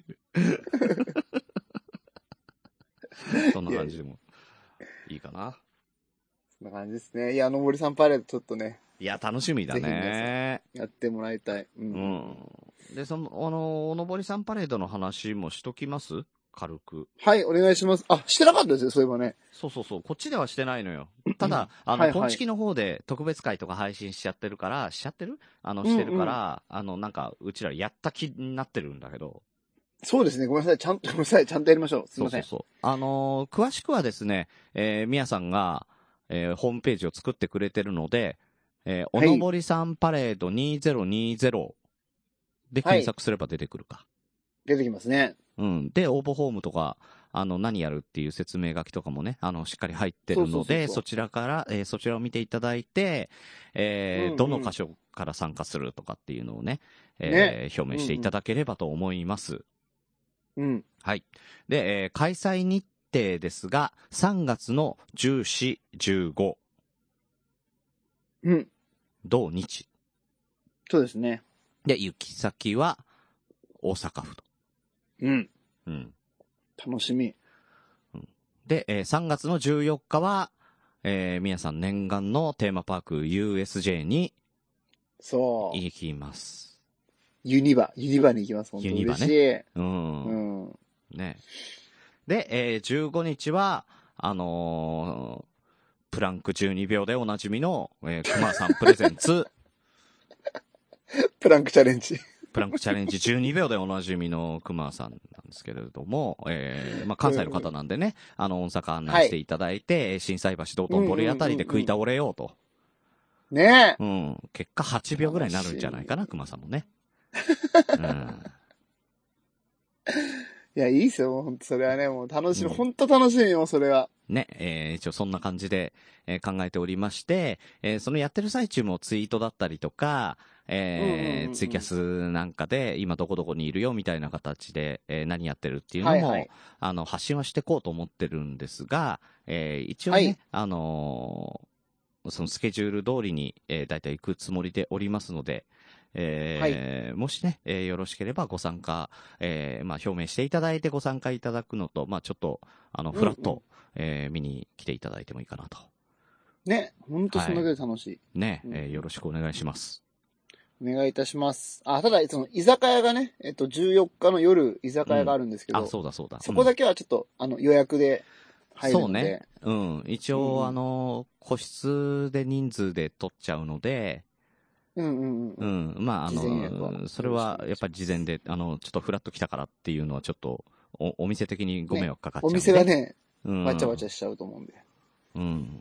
そんな感じでもいいかな。 そんな感じですね。いや、のぼりさんパレードちょっとね。 いや、楽しみだね。 やってもらいたい。 うん。うん、で、その、あの、おのぼりさんパレードの話もしときます？軽く。 はい、お願いします。あ、してなかったですよ、そういえばね。 そうそうそう。こっちではしてないのよ。ただ、あの、今月の方で特別会とか配信しちゃってるから、しちゃってるあの、してるから、うんうん、あの、なんか、うちらやった気になってるんだけど。 そうですね。ごめんなさい。ちゃんと、ごめんなさい。ちゃんとやりましょう。すみません。 そうそうそう。あのー、詳しくはですね、えー、みやさんが、えー、ホームページを作ってくれてるので、えー、おのぼりさんパレードにせんにじゅうで検索すれば出てくるか。はい、 出てきますね。 うん。で、応募フォームとか、あの、何やるっていう説明書きとかもね、あの、しっかり入ってるので、そちらから、えー、そちらを見ていただいて、えーうんうん、どの箇所から参加するとかっていうのをね、えーね、表明していただければと思います。 うん、うん。 はい。で、えー、開催日程ですが、さんがつのじゅうし、じゅうご。 うん。 同日。 そうですね。 で、行き先は、大阪府と。 うん。 うん。 楽しみ。 うん、で、えー、さんがつのじゅうよっかは、えー、皆さん念願のテーマパーク ユーエスジェー に、 そう。 行きます。 ユニバ、ユニバに行きます。本当に嬉しい。ユニバね。 うん。うん。ね。で、えー、じゅうごにちは、あのー、プランクじゅうにびょうでおなじみの、えー、熊さんプレゼンツ。 プランクチャレンジ。 プランクチャレンジじゅうにびょうでおなじみの熊さんなんですけれども、えー、まあ、関西の方なんでね、うん、あの、大阪案内していただいて、はい、心斎橋道頓堀あたりで食い倒れようと。 ねえ。 うん。結果はちびょうぐらいになるんじゃないかな、熊さんもね。うん。 いや、いいっすよ、ほんと、それはね、もう楽しみ、うん、ほんと楽しみよ、それは。 ね、えー、一応そんな感じで、えー、考えておりまして、えー、そのやってる最中もツイートだったりとか、えー、ツイキャスなんかで、今どこどこにいるよみたいな形で、えー、何やってるっていうのも、はいはい、あの、発信はしていこうと思ってるんですが、えー、一応ね、はい、あのー、そのスケジュール通りに、えー、だいたい行くつもりでおりますので、えーはい、もしね、えー、よろしければご参加、えー、まあ、表明していただいてご参加いただくのと、まあ、ちょっと、あの、フラット、うんうん、えー、見に来ていただいてもいいかなと。 ね、ほんとそんだけで楽しい。はい、 ね、えー、よろしくお願いします。 お願いいたします。あ、ただ、その、居酒屋がね、えっと、じゅうよっかの夜、居酒屋があるんですけど、うん、 あ、そうだそうだ。 そこだけはちょっと、うん、あの、予約で入るので。そうね。 うん。一応、うん、あの、個室で人数で取っちゃうので、 うんうんうん。 うん。まあ、あ事前予約の、 はそれはやっぱり事前で、あの、ちょっとフラッと来たからっていうのはちょっと、お、お店的にご迷惑かかっちゃうんで。 お店はね、 うん。 わちゃわちゃしちゃうと思うんで。 うん。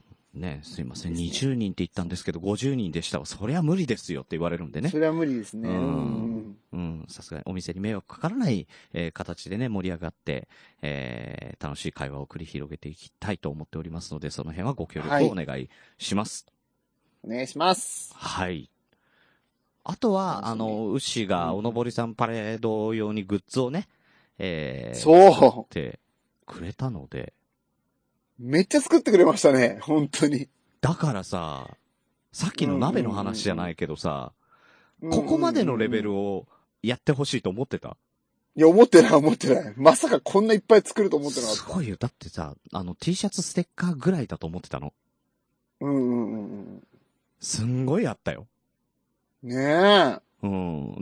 ね、すいません。 ですねにじゅうにんって言ったんですけど、ごじゅうにんでしたわ。そりゃ無理ですよって言われるんでね。 それは無理ですね。 ううんん。 うん。さすがにお店に迷惑かからない、えー形でね、盛り上がって、えー楽しい会話を繰り広げていきたいと思っておりますので、その辺はご協力をお願いします。 お願いします。 はい。あとは、 楽しみあの、牛がおのぼりさんパレード用にグッズをね、えー、 そう作ってくれたので、 めっちゃ作ってくれましたね。本当に。 だからさ、さっきの鍋の話じゃないけどさ、ここまでのレベルを。 をやってほしいと思ってた。 いや、思ってない思ってない。まさかこんないっぱい作ると思ってなかった。 すごいよ。だってさ、あの T シャツステッカーぐらいだと思ってたの。 うんうんうんうん。 すんごいあったよ。 ねえ。 うん。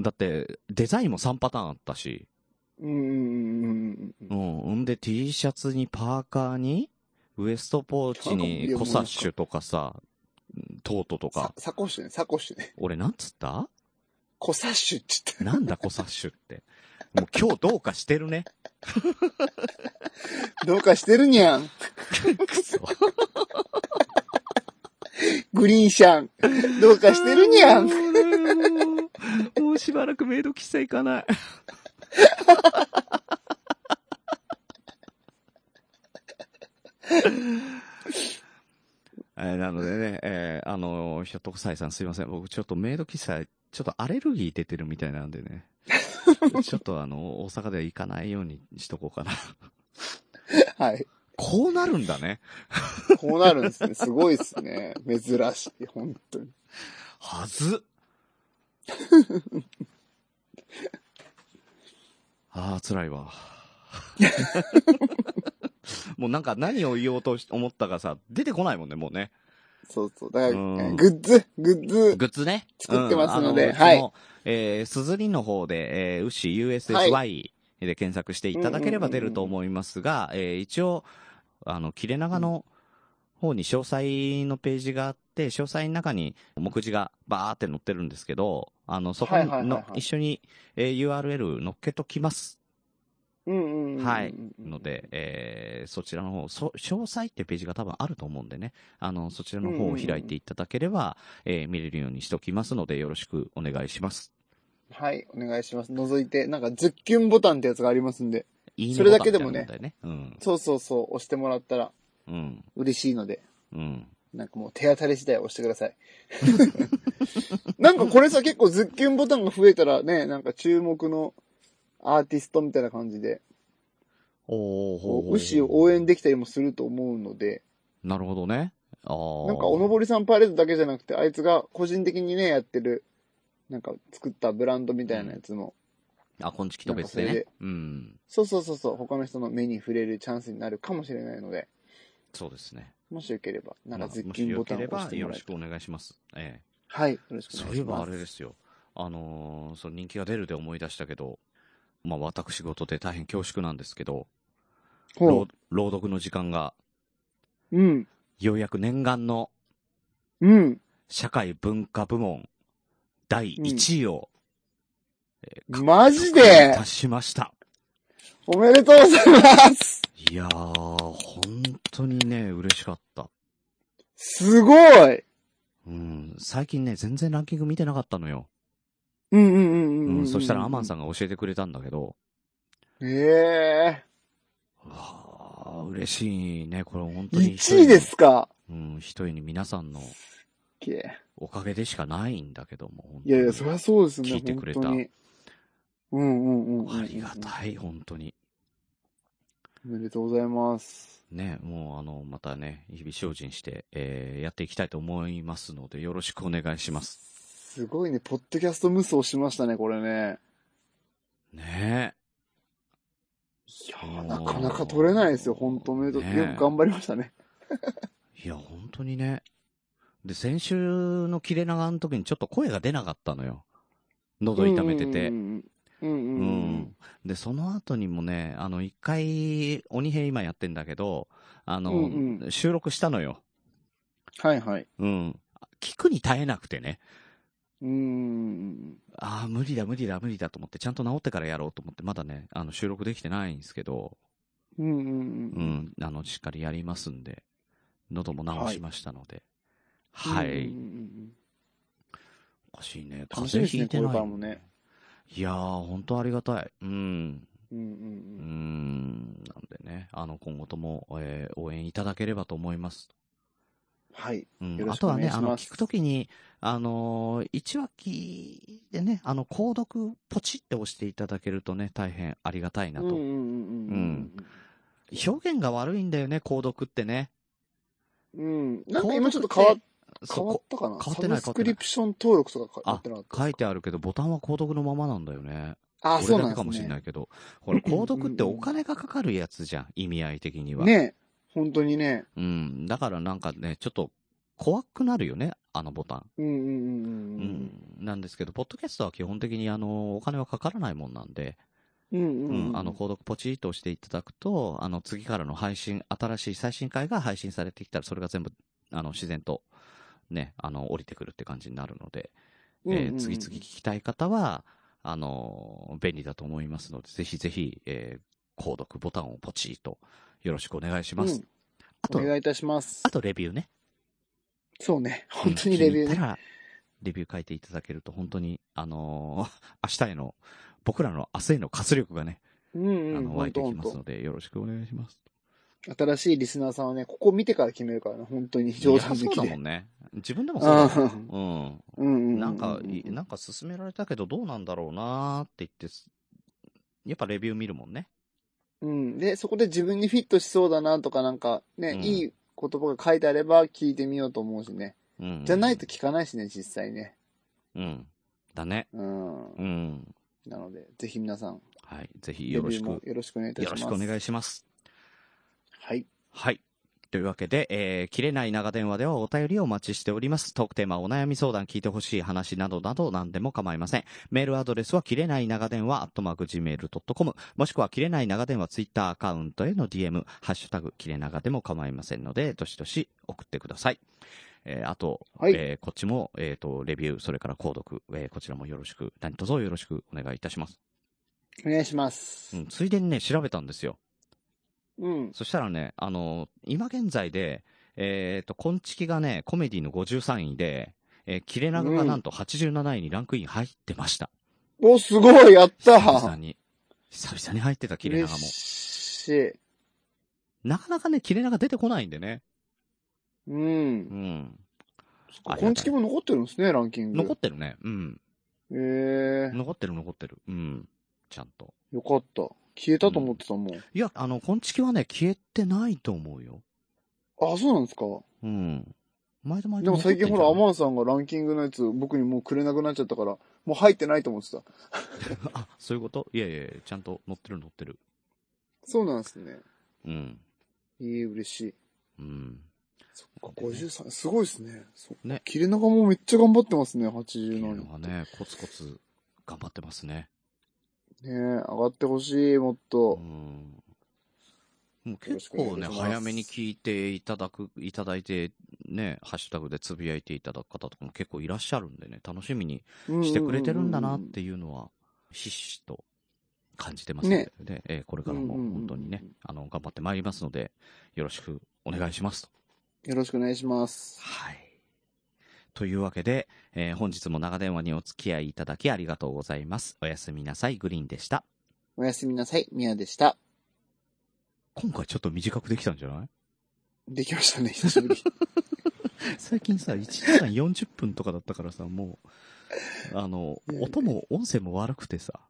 だって、デザインもさんパターンあったし。 うんうんうんうん。 うん。んで T シャツにパーカーに、ウエストポーチにコサッシュとかさ、トートとか。 サコッシュね、サコッシュね。 俺なんつったコサッシュって言った。 なんだコサッシュって。もう今日どうかしてるね。 どうかしてるにゃん。 くそ。 グリーンシャン。どうかしてるにゃん。 もう、もうしばらくメイド喫茶行かない。えー、なのでね、えー、あの、ひょっとこさいさんすいません。僕ちょっとメイド喫茶、ちょっとアレルギー出てるみたいなんでね。ちょっとあの、大阪では行かないようにしとこうかな。 はい。 こうなるんだね。 こうなるんですね。すごいですね。珍しい。本当に。 はずああ、辛いわ。もうなんか何を言おうと思ったかさ、出てこないもんね、もうね。 そうそう。だから、 うんグッズ、グッズ。 グッズね。 作ってますので、 うん、 はい。 その、えー、すずりの方で、えー、ウシ ユーエスエスワイ で検索していただければ出ると思いますが、えー、一応、あの、切れ長の方に詳細のページがあって、詳細の中に目次がバーって載ってるんですけど、あの、そこの一緒に、えー、ユーアールエル 載っけときます。 うんうんうん。 はい。ので、えー、そちらの方、そ、詳細ってページが多分あると思うんでね。あの、そちらの方を開いていただければ、えー、見れるようにしておきますので、よろしくお願いします。 はい、お願いします。覗いて、なんか、ズッキュンボタンってやつがありますんで。 いいねそれだけでもね。 ねうん。 そうそうそう、押してもらったら、うん。嬉しいので。うん。なんかもう手当たり次第押してください。なんかこれさ、結構ズッキュンボタンが増えたらね、なんか注目のアーティストみたいな感じで、おー、牛を応援できたりもすると思うので。 なるほどね。 ああ。なんかおのぼりさんパレードだけじゃなくて、あいつが個人的にね、やってる、なんか作ったブランドみたいなやつも。 うん、あ、今月と別でね。うん。 そうそうそうそう、他の人の目に触れるチャンスになるかもしれないので。 そうですね。 もしよければ、なんかズッキンボタンを押してもらえよろしくお願いします。ええ。 はい、よろしくお願いします。 そういえばあれですよ。あのー、その人気が出るで思い出したけど、まあ私事で大変恐縮なんですけど、朗読の時間が、 うん。 ようやく念願の、 うん。 社会文化部門、だいいちいを、 うん、マジでいたしました。 おめでとうございます。 いやー、本当にね、嬉しかった。 すごい。 うん、最近ね、全然ランキング見てなかったのよ。 うんうんうんうん、うん。 そしたらアマンさんが教えてくれたんだけど。 ええー。わー、嬉しいね、これ本当に。 いちいですか。 うん、一重に皆さんのおかげでしかないんだけども。 いやいや、そりゃそうですね。 聞いてくれた。うんうんうん、 ありがたい、本当に。 おめでとうございます。 ね、もうあの、またね、日々精進して、えー、やっていきたいと思いますので、よろしくお願いします。 すごいね、ポッドキャスト無双しましたね、これね。 ねえ。いやー、なかなか取れないですよ、本当おめでとう。よく頑張りましたね。 いや、本当にね。で、先週の切れ長の時にちょっと声が出なかったのよ。喉痛めてて。 うんうんうん。 うん。で、その後にもね、あの、一回、鬼平今やってんだけど、あの、うんうん、収録したのよ。 はいはい。 うん。聞くに耐えなくてね。 うーん。 ああ、無理だ、無理だ、無理だと思って、ちゃんと治ってからやろうと思って、まだね、あの、収録できてないんですけど、 うんうんうん。 うん、あの、しっかりやりますんで、喉も治しましたので。はい。はい、 うんうんうん、 おかしいね。 楽しみですね、これからもね。 いやー、ほんとありがたい。うん。 うんうんうん。 うん。なんでね、あの、今後とも、えー、応援いただければと思います。 はい。 うん、 よろしくお願いします。 あとはね、あの、聞くときに、あのー、一話きでね、あの、購読ポチって押していただけるとね、大変ありがたいなと。 うんうんうんうん。うん。 表現が悪いんだよね、購読ってね。 うん。なんか今ちょっと変わっ変わったかな。 変わってない。 サブスクリプション登録とかやってなかった。 書いてあるけど、ボタンは購読のままなんだよね。 あ、そうなんですね。 俺だけかもしれないけど。ほら、購読ってお金がかかるやつじゃん、意味合い的には。 ね本当にね。 うん。だからなんかね、ちょっと怖くなるよね、あのボタン。 うんうんうんうん。 うん。なんですけど、ポッドキャストは基本的にあの、お金はかからないもんなんで。 うんうんうん。 うん。あの、購読ポチッと押していただくと、あの、次からの配信、新しい最新回が配信されてきたら、それが全部、あの、自然と、ね、あの、降りてくるって感じになるので、えー、次々聞きたい方は、あのー、便利だと思いますので、ぜひぜひ、えー、購読ボタンをポチッとよろしくお願いします。うん、 あと、お願いいたします。 あと、レビューね。 そうね。本当にレビューね。 うん、レビュー書いていただけると、本当に、あのー、明日への、僕らの明日への活力がね、 うんうん、 あの、湧いてきますので、よろしくお願いします。 新しいリスナーさんはね、ここ見てから決めるからね、本当に冗談抜きで。 そうだもんね。自分でもそうだもん。うん。 うんうん。 なんか、なんか勧められたけどどうなんだろうなーって言って、やっぱレビュー見るもんね。 うん。で、そこで自分にフィットしそうだなとかなんかね、うん、いい言葉が書いてあれば聞いてみようと思うしね。うん、うん。じゃないと聞かないしね、実際ね。 うん。だね。 うん。うん。なので、ぜひ皆さん。 はい。ぜひよろしく。 よろしくお願いいたします。 よろしくお願いします。 はい。 はい。というわけで、えー、切れない長電話ではお便りをお待ちしております。トークテーマ、お悩み相談、聞いてほしい話などなど何でも構いません。メールアドレスは、切れない長電話、アットマーク、ジーメールドットコム、もしくは、切れない長電話ツイッターアカウントへの ディーエム、ハッシュタグ、切れ長でも構いませんので、どしどし送ってください。えー、あと、はい、えー、こっちも、えっと、レビュー、それから購読、えー、こちらもよろしく、何卒よろしくお願いいたします。 お願いします。 うん、ついでにね、調べたんですよ。 うん。 そしたらね、あの、今現在で、えっと、コンチキがね、コメディのごじゅうさんいで、えー、キレナガがなんとはちじゅうなないにランクイン入ってました。 うん、お、すごい、やった久々に。久々に入ってたキレナガも。 しい。 なかなかね、キレナガ出てこないんでね。 うん。うん。コンチキも残ってるんですね、ランキング。 残ってるね。うん。 へえー。 残ってる残ってる。うん。ちゃんと。 よかった。消えたと思ってたもん。うん、いや、あの、コンチキはね、消えてないと思うよ。 あ、そうなんですか。 うん。毎度毎度。でも最近ほら、アマンさんがランキングのやつ、僕にもうくれなくなっちゃったから、もう入ってないと思ってた。 あ、そういうこと？いやいやいや、ちゃんと載ってる載ってる。 そうなんですね。 うん。 ええー、嬉しい。 うん。 そっか、ごじゅうさん、すごいですね。そね。 切れ長もめっちゃ頑張ってますね、はちじゅうなな。 切れ長ね、コツコツ頑張ってますね。 ねえ、上がってほしい、もっと。 うん。もう結構ね、早めに聞いていただく、いただいて、ね、ハッシュタグでつぶやいていただく方とかも結構いらっしゃるんでね、楽しみにしてくれてるんだなっていうのは、ひしひしと感じてますので、ねねえー、これからも本当にね、あの、頑張ってまいりますので、よろしくお願いしますと。 よろしくお願いします。 はい。というわけで、えー、本日も長電話にお付き合いいただきありがとうございます。おやすみなさい、グリーンでした。 おやすみなさい、ミヤでした。 今回ちょっと短くできたんじゃない？ できましたね、久しぶり。 最近さ、いちじかんよんじゅっぷんとかだったからさ、もう、あの、音も音声も悪くてさ。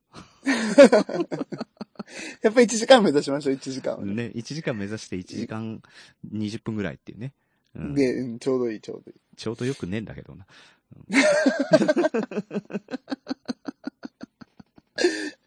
やっぱいちじかん目指しましょう、いちじかん、 ね。ね、いちじかん目指していちじかんにじゅっぷんぐらいっていうね。 うん、で、うん、ちょうどいい、ちょうどいい。 ちょうどよくねえんだけどな。うん